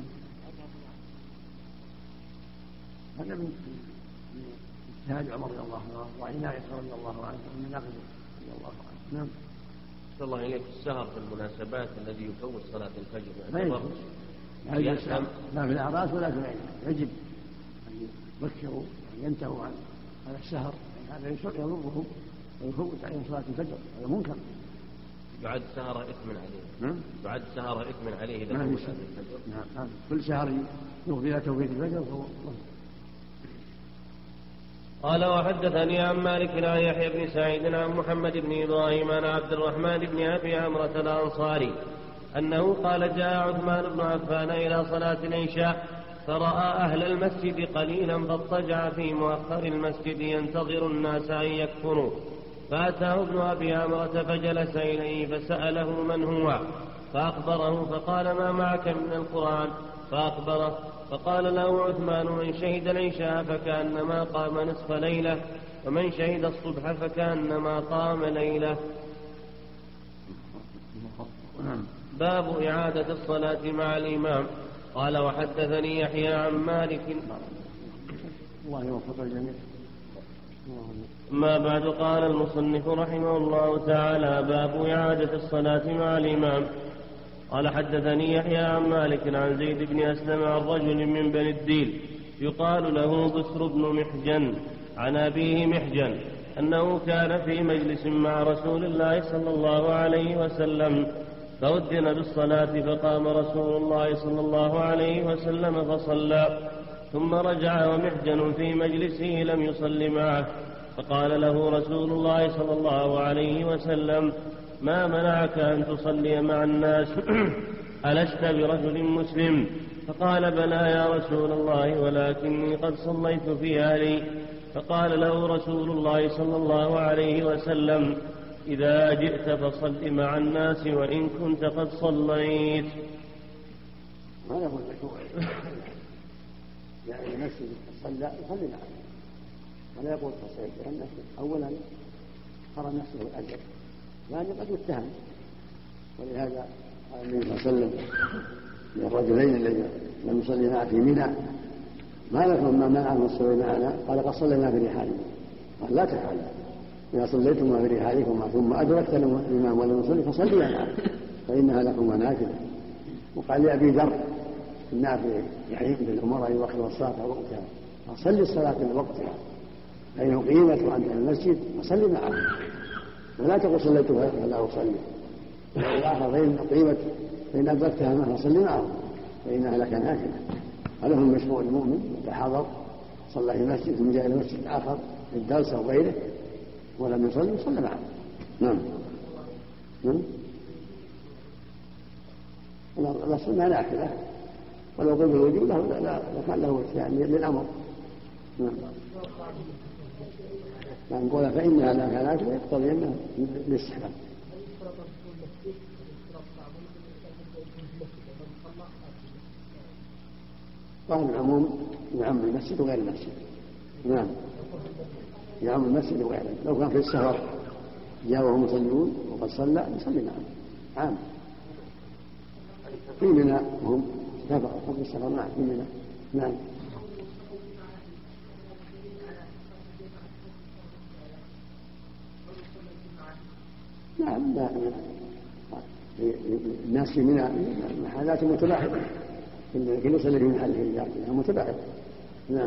هذا من اجتهاد عمر رضي الله عنه وعناية رضي الله عنه ومن نقل رضي الله عنه. نعم. صلى الله إليك السهر في المناسبات الذي يفوت صلاة الفجر لا يجوز لا في الأعراس ولا في غيرها، يجب أن يبكروا وأن ينتهوا عن السهر، هذا يضرهم ويفوت عليهم صلاة الفجر، هذا منكر. يعد سهر إثم عليه. يعد سهر إثم عليه إذا فوت صلاة الفجر. نعم. كل سهر يفضي إلى توفيق الفجر فهو. قال وحدثني عن مالك عن يحيى بن سعيد عن محمد بن إبراهيم عن عبد الرحمن بن أبي عمرة الأنصاري أنه قال جاء عثمان بن عفان إلى صلاة العشاء فرأى أهل المسجد قليلا فاضطجع في مؤخر المسجد ينتظر الناس أن يكفروا، فأتاه ابن أبي عمرة فجلس إليه فسأله من هو، فأخبره فقال ما معك من القرآن، فأخبره فقال له عثمان من شهد العشاء فكأنما قام نصف ليلة، ومن شهد الصبح فكأنما قام ليلة. باب إعادة الصلاة مع الإمام. قال وحدثني يحيى عن مالك. الله يوفق الجميع. ما بعد. قال المصنف رحمه الله تعالى باب إعادة الصلاة مع الإمام. قال حدثني يحيى عن مالك عن زيد بن أسلم عن رجل من بني الديل يقال له بسر بن محجن عن أبيه محجن أنه كان في مجلس مع رسول الله صلى الله عليه وسلم فأذن بالصلاة فقام رسول الله صلى الله عليه وسلم فصلى ثم رجع ومحجن في مجلسه لم يصل معه فقال له رسول الله صلى الله عليه وسلم ما منعك أن تصلي مع الناس ألست برجل مسلم؟ فقال بلى يا رسول الله ولكني قد صليت في أهلي. فقال له رسول الله صلى الله عليه وسلم إذا جئت فصل مع الناس وإن كنت قد صليت. هذا هو المشروع. يعني المسجد صلى يصلي معه ولا يقول تصليت، لأن أولا حرم نفسه الأجر، ثانيا قد يتهم. ولهذا قال النبي صلى الله عليه وسلم للرجلين الذين لم يصلي معه في منى ما لكم ما منعهم الصلاة معنا؟ قال قد صلينا في رحالنا. قال لا تفعل، إذا صليتم في رحالكم ثم أدركت الإمام ولم يصلي فصليا معه فإنها لكم مناكب. وقال لأبي ذر النافع يحيي بالأمراء وأخر الصلاة وقتها فصلي الصلاة في وقتها فإن أقيمت وأنت في المسجد فصلي معه ولا تقل صليت فلا أصلي. والآخر فإن أقيمت فإن أدركتها معه فصلي معه فإنها لك نافلة. هذا هو المشروع المؤمن إذا حضر صلى في مسجد ثم جاء إلى مسجد آخر في الدرس أو غيره ولم يصلي صلى معه. نعم. الصلاة نافلة ولو قلت الوجوب لكان له يعني للأمر. نعم. نقول فإنها لا كانت يقتضي أنها للاستحباب. قال العموم يعم المسجد وغير المسجد. نعم يعم المسجد وغيره. لو كان في السفر جاءهم يصلون وقد صلى يصلي معهم عام. في منى وهم سفر في السفر معه في منى. نعم. نعم. الناس في منى محلات متباعدة لكن يصلي في محله لكنها متباعدة. نعم.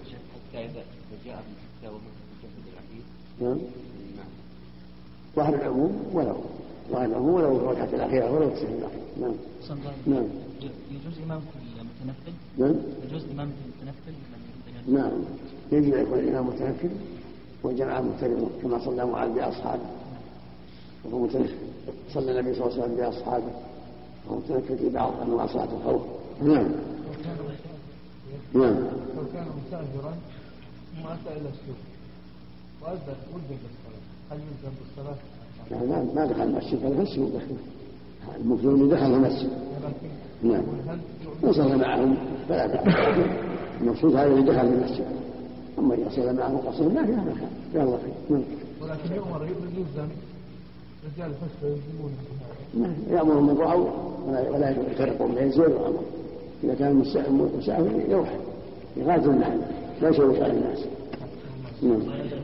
نعم. ظاهر العموم ولو الركعة الأخيرة ولو التسليم الأخير. نعم. نعم. يجوز إمامة المتنفل؟ نعم. يجوز إمامة المتنفل؟ نعم. يجب أن يكون الإمام متنفل والجماعة متفقون كما صلى معاذ بأصحابه وهو متنفل. صلى النبي صلى الله عليه وسلم بأصحابه وهو متنفل في بعض أنواع صلاة الخوف. نعم. نعم. لو كان مسافرا وأتى إلى السوق وأذن بالصلاة هل يلزم بالصلاة؟ لا ما دخل المسجد فلا السوق المفروض أنه دخل المسجد. نعم. وصلى معهم فلا بأس. المقصود هذا اللي دخل المسجد. أما إذا صلى معهم قصر ما في هذا خير. يا الله خير. ولكن يؤمر يلزم رجال الفسق يلزمون. يأمر من رعوا ولا يفرقون بين زور وأمر. إذا كان مسافر يروح يغادر المحل لا يشوش على الناس. نعم.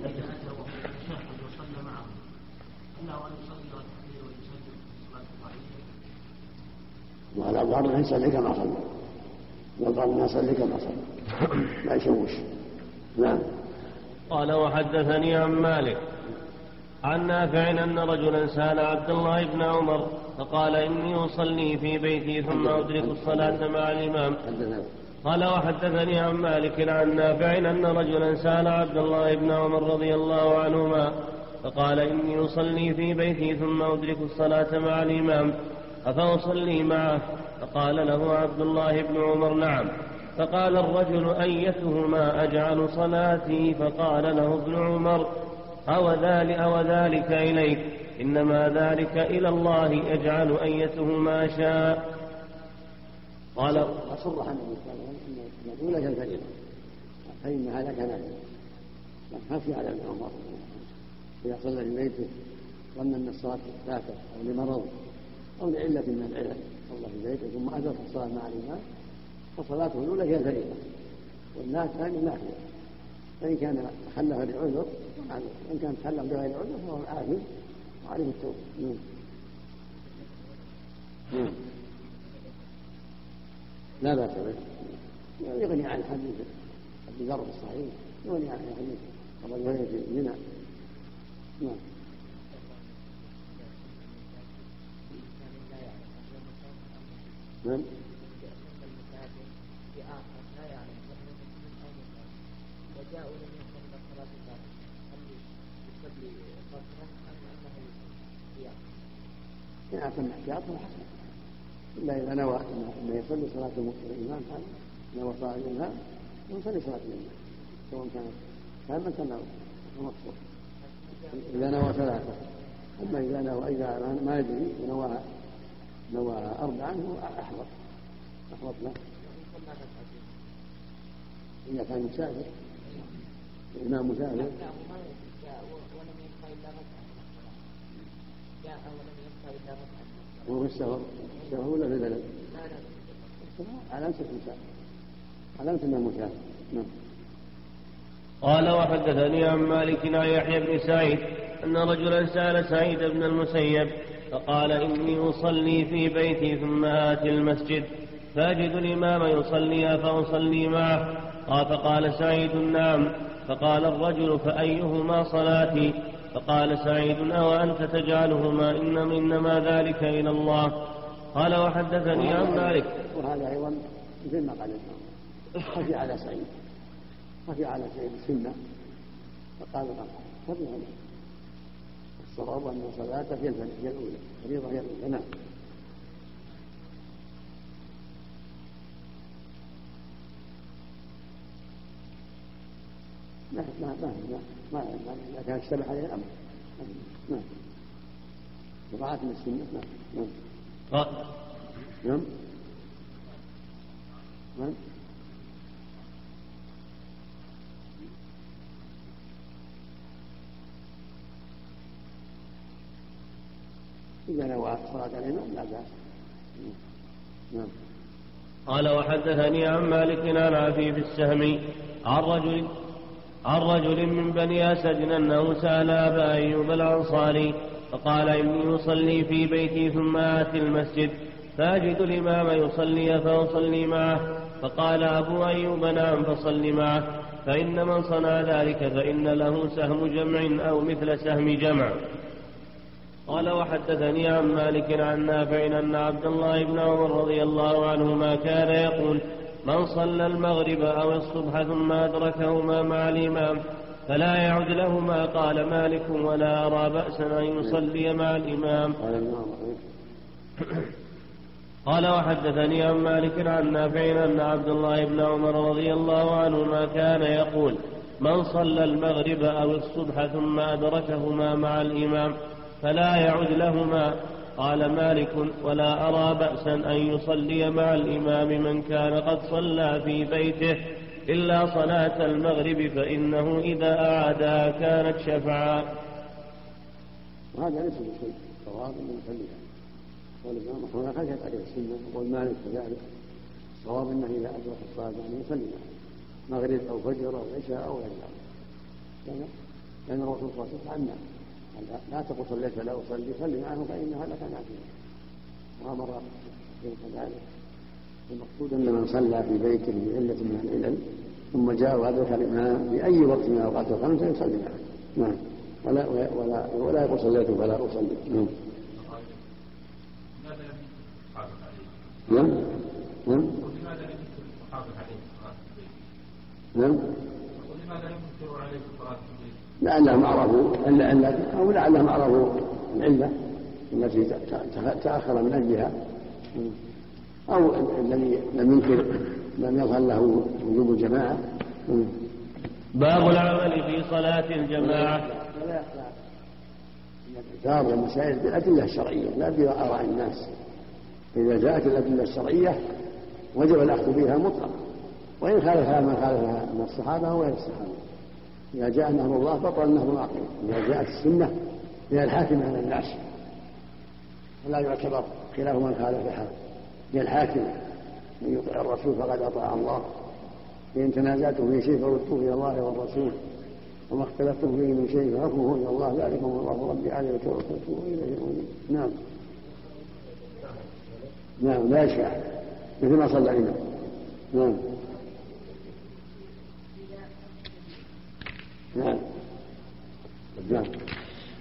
وعلى الظاهر أنه يصلي كما صلى والظاهر أنه يصلي كما صلى لا يشوش. نعم. قال وحدثني عن مالك عن نافع أن رجلا سأل عبد الله بن عمر فقال إني أصلي في بيتي ثم أدرك الصلاة مع الإمام. قال وحدثني عن مالك عن نافع أن رجلا سأل عبد الله بن عمر رضي الله عنهما فقال إني أصلي في بيتي ثم أدرك الصلاة مع الإمام أفأصلي معه؟ فقال له عبد الله بن عمر نعم. فقال الرجل أيتهما أجعل صلاتي؟ فقال له ابن عمر أو ذلك إليك إنما ذلك إلى الله يجعل أيتهما شاء. قال صرح النبي صلى الله عليه وسلم أن يقول لك الفريضة فإنها لك نافلة خفي على ابن عمر إذا صلى في بيته ظن أن الصلاة فاتت أو لمرض أو لعلة من العلل صلى في بيته ثم أدرك الصلاة مع الإمام فصلاته الأولى هي الفريضة والثانية نافلة. فإن كان تخلف لعذر وإن كان تخلف بغير عذر فهو عاجز وعليه التوبة. لا بأس به يغني عن حديث أبي ذر الصحيح يغني عن حديث الرجلين في منى نعم. نعم. وجاءوا لم يكن من صلاة الناس هل يصلي قصرا أم أنه قيام؟ إن أتم احتياطه حسن، إلا إذا نوى أنه يصلي صلاة الإمام نوى صلاة الإمام يصلي صلاة الإمام سواء كانت تامة كان مقصود إذا نوى ثلاثة. أما إذا ما يدري نوى أربعا هو أحوط له. إذا كان مسافر الإمام مسافر ولم يبقى إلا ركعة جاء ولم يبقى إلا ركعة. هو في السفر ولا في البلد؟ على أنس المسافر، على أنس المسافر. نعم. قال وحدثني عن مالك عن يحيى بن سعيد أن رجلا سأل سعيد بن المسيب فقال إني أصلي في بيتي ثم آتي المسجد فأجد الإمام يصلي فأصلي معه. فقال سعيد نعم. فقال الرجل فأيهما صلاتي؟ فقال سعيد أو أنت تجعلهما إنما ذلك إلى الله. قال وحدثني عن مالك. وهذا أيضا مثل ما قال الإمام خفي على سعيد السنة فقال خفي عليه. الصواب أن صلاته هي الأولى، فريضة هي الأولى. نعم. ما كان اشتبه عليه الأمر. نعم. وضعت من السنة. نعم. نعم. إذا نوى صلاة الإمام لا بأس. نعم. قال وحدثني عن مالك عن عفيف السهمي عن رجل من بني أسد أنه سأل أبا أيوب الأنصاري فقال إني أصلي في بيتي ثم آتي المسجد فأجد الإمام يصلي فأصلي معه. فقال أبو أيوب نعم فصل معه، فإن من صنع ذلك فإن له سهم جمع أو مثل سهم جمع. قال وحدثني عن مالك عن نافع أن عبد الله بن عمر رضي الله عنهما كان يقول من صلى المغرب أو الصبح ثم أدركهما مع الإمام فلا يعد لهما. قال مالك ولا أرى بأسا أن يصلي مع الإمام. قال وحدثني عن مالك عن نافع أن عبد الله بن عمر رضي الله عنهما كان يقول من صلى المغرب أو الصبح ثم أدركهما مع الإمام فلا يعد لهما. قال مالك ولا أرى بأسا أن يصلي مع الإمام من كان قد صلى في بيته إلا صلاة المغرب فإنه إذا أعادها كانت شفعا. وهذا ليس بشيء صواب أن يصليها، والإمام هنا خشيت عليه السنة والمالك كذلك. الصواب أنه إذا أدرك الصلاة أن يصليها مغرب أو فجر أو عشاء أو غير ذلك، لأن الرسول صلى الله عليه وسلم لا تقل صليت لا أصلي صلي معه فإنها لك نافلة، وأمر كذلك. المقصود أن من صلى في بيته بعلة من العلل ثم جاء وأدرك الإمام بأي وقت من أوقات الخمسة يصلي معه. نعم. ولا يقول صليت فلا أصلي. نعم. نعم. نعم. نعم. لعلهم عرفوا أو لعلهم عرفوا العلة التي تأخر من أجلها، أو الذي لم ينكر لم يظهر له وجوب الجماعة. باب العمل في صلاة الجماعة. ولا يخفى أن الإنكار والمسائل بالأدلة الشرعية لا بآراء الناس. إذا جاءت الأدلة الشرعية وجب الأخذ بها مطلقا، وإن خالفها من خالفها من الصحابة وغير الصحابة. إذا جاء نهر الله بطل نهر العقل. إذا جاءت السنة هي الحاكمة على الناس ولا يعتبر خلاف من خالفها، هي الحاكمة. من يطع الرسول فقد أطاع الله، فإن تنازعتم في شيء فردوه إلى الله والرسول، وما اختلفتم فيه من شيء فحكمه إلى الله ذلكم الله ربي عليه توكلت وإليه أنيب. نعم. نعم لا يشفع مثل ما صلى الإمام. نعم. نعم. نعم.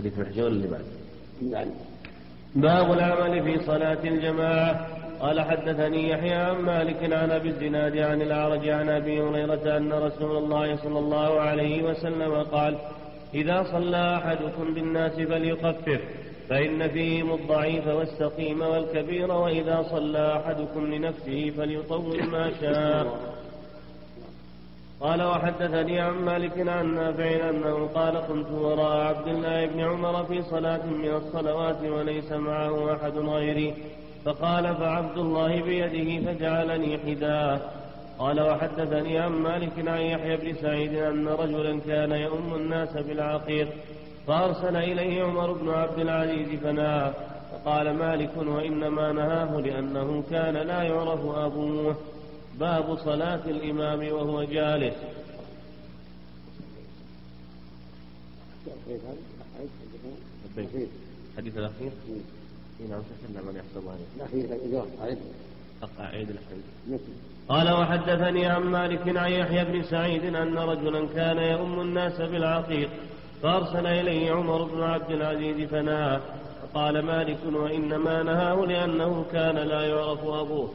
حديث محجور اللي بعد. يعني باب العمل في صلاة الجماعة. قال حدثني يحيى عن مالك عن أبي الزناد عن الأعرج عن أبي هريرة أن رسول الله صلى الله عليه وسلم قال: إذا صلى أحدكم بالناس فليخفف، فإن فيهم الضعيف والسقيم والكبير، وإذا صلى أحدكم لنفسه فليطول ما شاء. قال وحدثني عن مالك عن نافع أنه قال: كنت وراء عبد الله بن عمر في صلاة من الصلوات وليس معه أحد غيري، فقال فعبد الله بيده فجعلني حداه. قال وحدثني عن مالك عن يحيى بن سعيد أن رجلا كان يؤم الناس بالعقيق، فأرسل إليه عمر بن عبد العزيز فنهاه، فقال مالك: وإنما نهاه لأنه كان لا يعرف أبوه. باب صلاة الإمام وهو جالس. الحديث الأخير نعم تكلم عن يحصل عليه أعيد الحديث. قال وحدثني عن مالك عن يحيى بن سعيد أن رجلا كان يؤم الناس بالعقيق، فأرسل إليه عمر بن عبد العزيز فنهاه، فقال مالك: وإنما نهاه لأنه كان لا يعرف أبوه.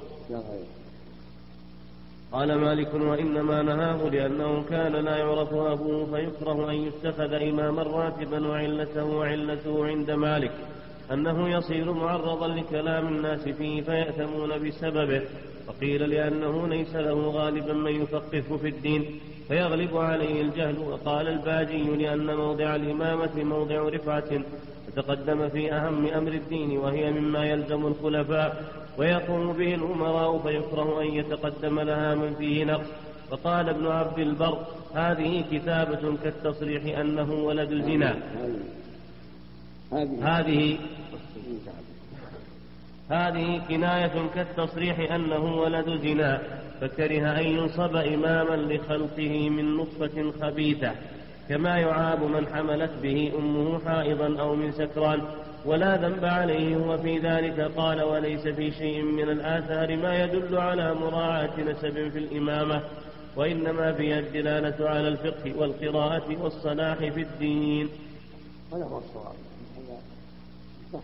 قال مالك: وإنما نهاه لأنه كان لا يعرف أبوه، فيكره أن يتخذ إماما راتبا، وعلته عند مالك أنه يصير معرضا لكلام الناس فيه فيأثمون بسببه، وقيل لأنه ليس له غالبا من يفقهه في الدين فيغلب عليه الجهل. وقال الباجي: لأن موضع الإمامة موضع رفعة تتقدم في أهم أمر الدين، وهي مما يلزم الخلفاء ويقوم به الأمراء، فيكره أن يتقدم لها من فيه نقص. وقال ابن عبد البر: هذه كتابة كالتصريح أنه ولد الزنا. هذه كناية كالتصريح أنه ولد زنا، فكره أن ينصب إماما لخلقه من نطفة خبيثة، كما يعاب من حملت به أمه حائضا أو من سكران، ولا ذنب عليه هو في ذلك. قال: وليس في شيء من الآثار ما يدل على مراعاة نسب في الإمامة، وإنما فيها الدلالة على الفقه والقراءة والصلاح في الدين. هذا هو الصواب، هذا صح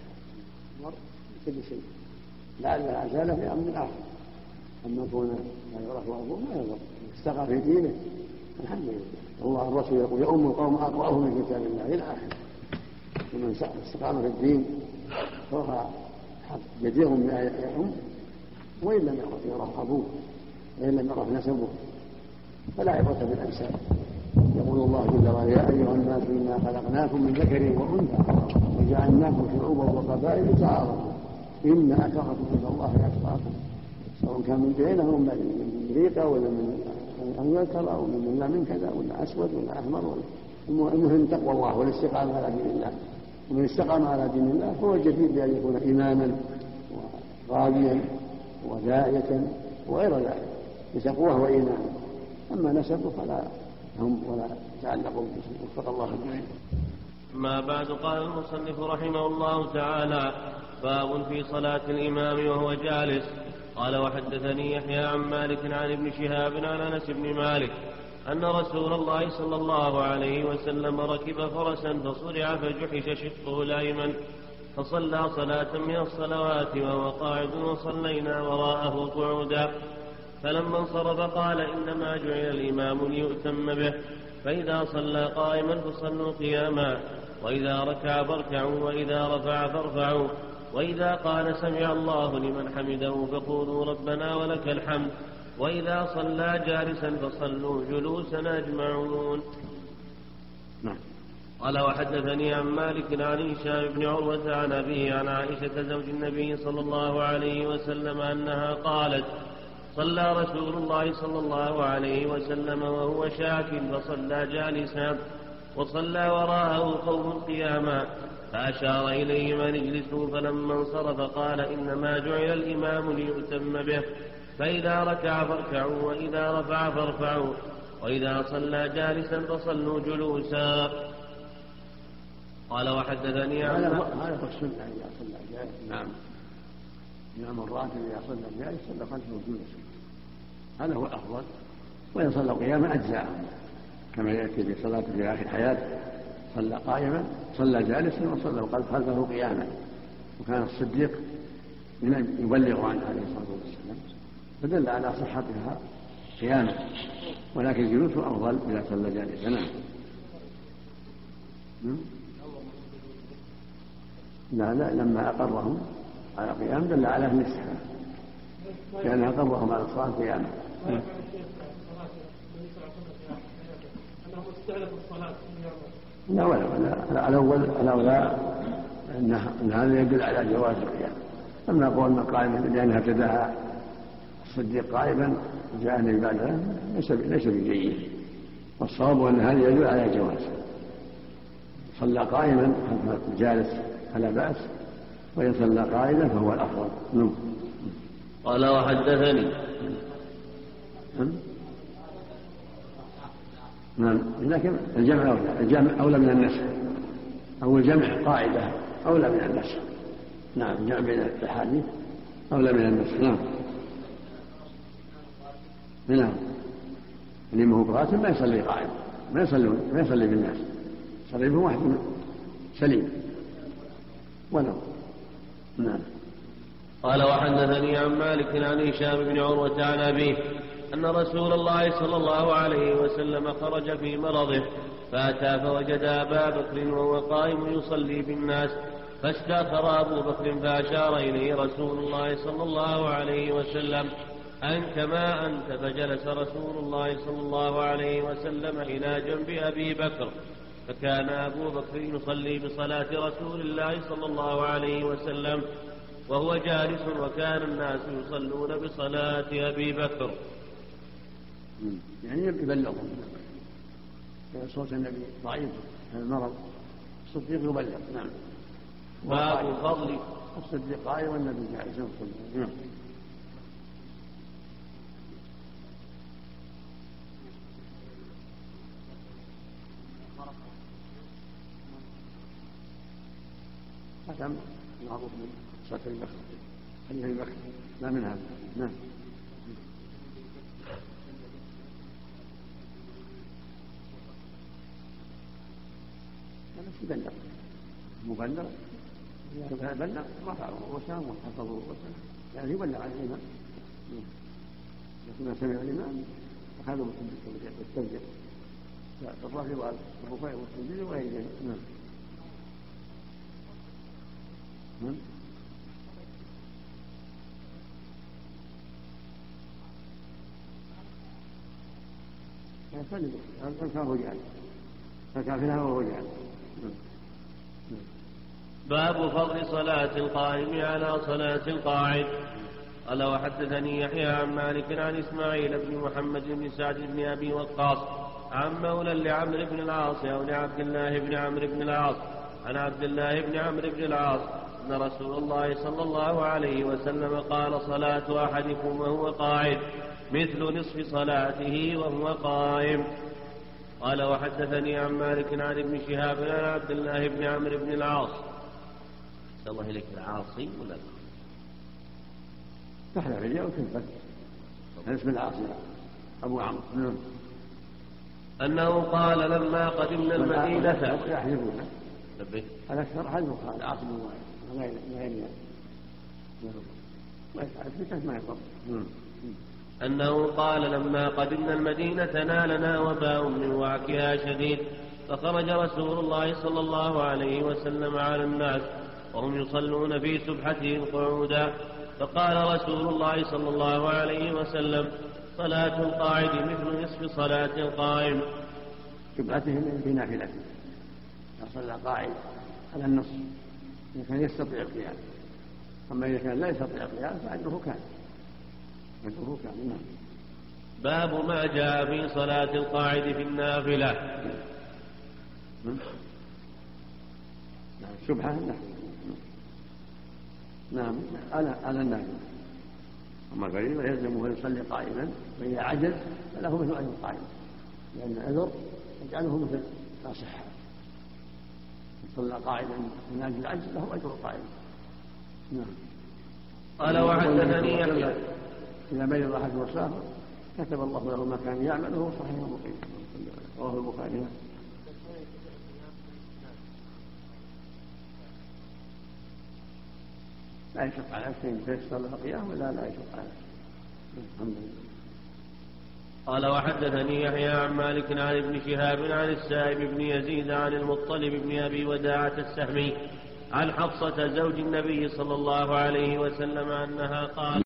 كل شيء، لعلها زال في أمر آخر. أما كونه لا يعرف أبوه ما يضر، استقى في دينه الحمد لله. الله الرسول يقول: يؤم القوم أقرأهم من كتاب الله إلى آخره. ومن استقام في الدين فهو جدير بأن يؤم، وإن لم يعرف أبوه وإن لم يعرف نسبه فلا عبرة بالأنساب. يقول الله جل وعلا: يا أيها الناس إنا خلقناكم من ذكر وأنثى وجعلناكم شعوبا وقبائل لتعارفوا إن أكرمكم عند الله أتقاكم، سواء كان من بينهم من ريقة ولا من ذكر أو من كذا ولا أسود ولا أحمر، المهم تقوى الله والاستقامة على دين الله. ومن استقام على دين الله فهو جدير بأن يكون إماما وغاليا وداعية وغير ذلك بتقواه وإيمانه. أما نسبه فلا هم ولا يتعلقوا به. وفق الله الجميع. ما بعد. قال المصنف رحمه الله تعالى: باب في صلاة الإمام وهو جالس. قال وحدثني يحيى عن مالك عن ابن شهاب عن أنس بن مالك أن رسول الله صلى الله عليه وسلم ركب فرسا فصرع فجحش شقه الأيمن، فصلى صلاة من الصلوات وهو قاعد، وصلينا وراءه قعودا. فلما انصرف قال: إنما جعل الإمام ليؤتم به، فإذا صلى قائما فصلوا قياما، وإذا ركع فاركعوا، وإذا رفع فارفعوا، وإذا قال سمع الله لمن حمده فقولوا ربنا ولك الحمد، وإذا صلى جالسا فصلوا جلوسا أجمعون. قال وحدثني عن مالك عن هشام بن عروة عن أبيه عن عائشة زوج النبي صلى الله عليه وسلم أنها قالت: صلى رسول الله صلى الله عليه وسلم وهو شاك فصلى جالسا، وصلى وراءه قوم قياما، فأشار إليهم أن اجلسوا، فلما انصرف قال: إنما جعل الإمام ليؤتم به، فإذا ركع فاركعوا، وإذا رفع فارفعوا، وإذا صلى جالسا فصلوا جلوسا. قال وحدثني عن هذا هو السنة إذا صلى جالسا. نعم، إمام الراتب إذا صلى جالسا صلى خلفه جلوسا، هذا هو الأفضل. وإن صلى قياما أجزاء كما يأتي في صلاة في آخر حياته صلى قائما صلى جالسا وصلى وقد خلفه قياما. وكان الصديق من يبلغ عنه عليه الصلاة والسلام، فدل على صحتها قياما، ولكن الجلوس أفضل إذا صلى جالسا. نعم. لا لما أقرهم على قيام دل على النسخة، لأن أقرهم على الصلاة قياما. لا ولا الأولى أن هذا يدل على جواز القيام. أما قولنا قائما لأنها ابتداها الصديق قائما جاء النبي بعدها ليس بجيد، والصواب أن هذا يدل على جواز. صلى قائما خلف جالس فلا بأس، وإن صلى قائدا فهو الأفضل. قال وحدثني نعم، لكن الجمع أولى من النسخ، أو الجمع قاعدة أولى من النسخ. نعم، الجمع بين الأحاديث أولى من النسخ. نعم. نعم، اللي ما هو براتب ما يصلي قاعد، ما يصلي بالناس، يصلي به واحد سليم ولو. نعم. قال وحدثني عن مالك عن هشام بن عروة عن أبيه أن رسول الله صلى الله عليه وسلم خرج في مرضه فأتى فوجد أبا بكر وهو قائم يصلي بالناس، فاستأخر أبو بكر فأشار إليه رسول الله صلى الله عليه وسلم أن كما أنت، فجلس رسول الله صلى الله عليه وسلم إلى جنب أبي بكر، فكان أبو بكر يصلي بصلاة رسول الله صلى الله عليه وسلم وهو جالس، وكان الناس يصلون بصلاة أبي بكر. يعني يبلغهم صوت النبي ضعيف المرض، الصديق يبلغ. نعم. باب فضل الصديق قائم والنبي جالس. نعم. هذا معروف من صلاة البكر، حديث البكر لا من هذا. نعم. يبلغ مبلغ بلغ رفعه وسام وحفظه يعني يبلغ عن الإمام، لكن ما سمع الإمام أخذوا بالتسجيل الرافع والرفع والتسجيل وغير ذلك. نعم. فالكافر جعل فالكافر وهو جعل. باب فضل صلاة القائم على صلاة القاعد. قال وحدثني يحيى عن مالك عن إسماعيل بن محمد بن سعد بن أبي وقاص عن مولى لعمرو بن العاص أو لعبد الله بن عمرو بن العاص عن عبد الله بن عمرو بن العاص أن رسول الله صلى الله عليه وسلم قال صلاة أحدكم وهو قاعد مثل نصف صلاته وهو قائم. قال وحدثني عن مالك عن ابن شهاب عن عبد الله بن عمرو بن العاص. الله إليك العاصي ولا لا؟ تحلى في اليوم وتنفذ اسم العاصي أبو عمرو. أنه قال لما قدمنا المدينة يحلفون الأكثر حلف قال عاصم غير ما يضر. أنه قال لما قدمنا المدينة نالنا وباء من وعكها شديد، فخرج رسول الله صلى الله عليه وسلم على الناس وهم يصلون في سبحتهم قعودا، فقال رسول الله صلى الله عليه وسلم صلاة القاعد مثل نصف صلاة القائم. سبحتهم في نافلته، صلى قاعد على النصف إذا كان يستطيع القيام، أما إذا كان لا يستطيع القيام فأجره كان. باب ما جاء في صلاة القاعد في النافلة. سبحان الله. نعم على النافلة، أما غيره يلزمه أن يصلي قائما، فإذا عجز فله مثل أجر القائم، لأن العذر يجعله مثل لا صحة. صلى قاعدا من أجل العجز له أجر القائم. نعم. قال وحدثني يحيى إذا مرض أحد وسافر كتب الله له ما كان يعمله صحيح مقيم. رواه البخاري. لا يشق على نفسه إن تيسر له القيام ولا لا يشق على نفسه. الحمد لله. قال وحدثني يحيى عن مالك عن ابن شهاب عن السائب بن يزيد عن المطلب بن أبي وداعة السهمي عن حفصة زوج النبي صلى الله عليه وسلم أنها قال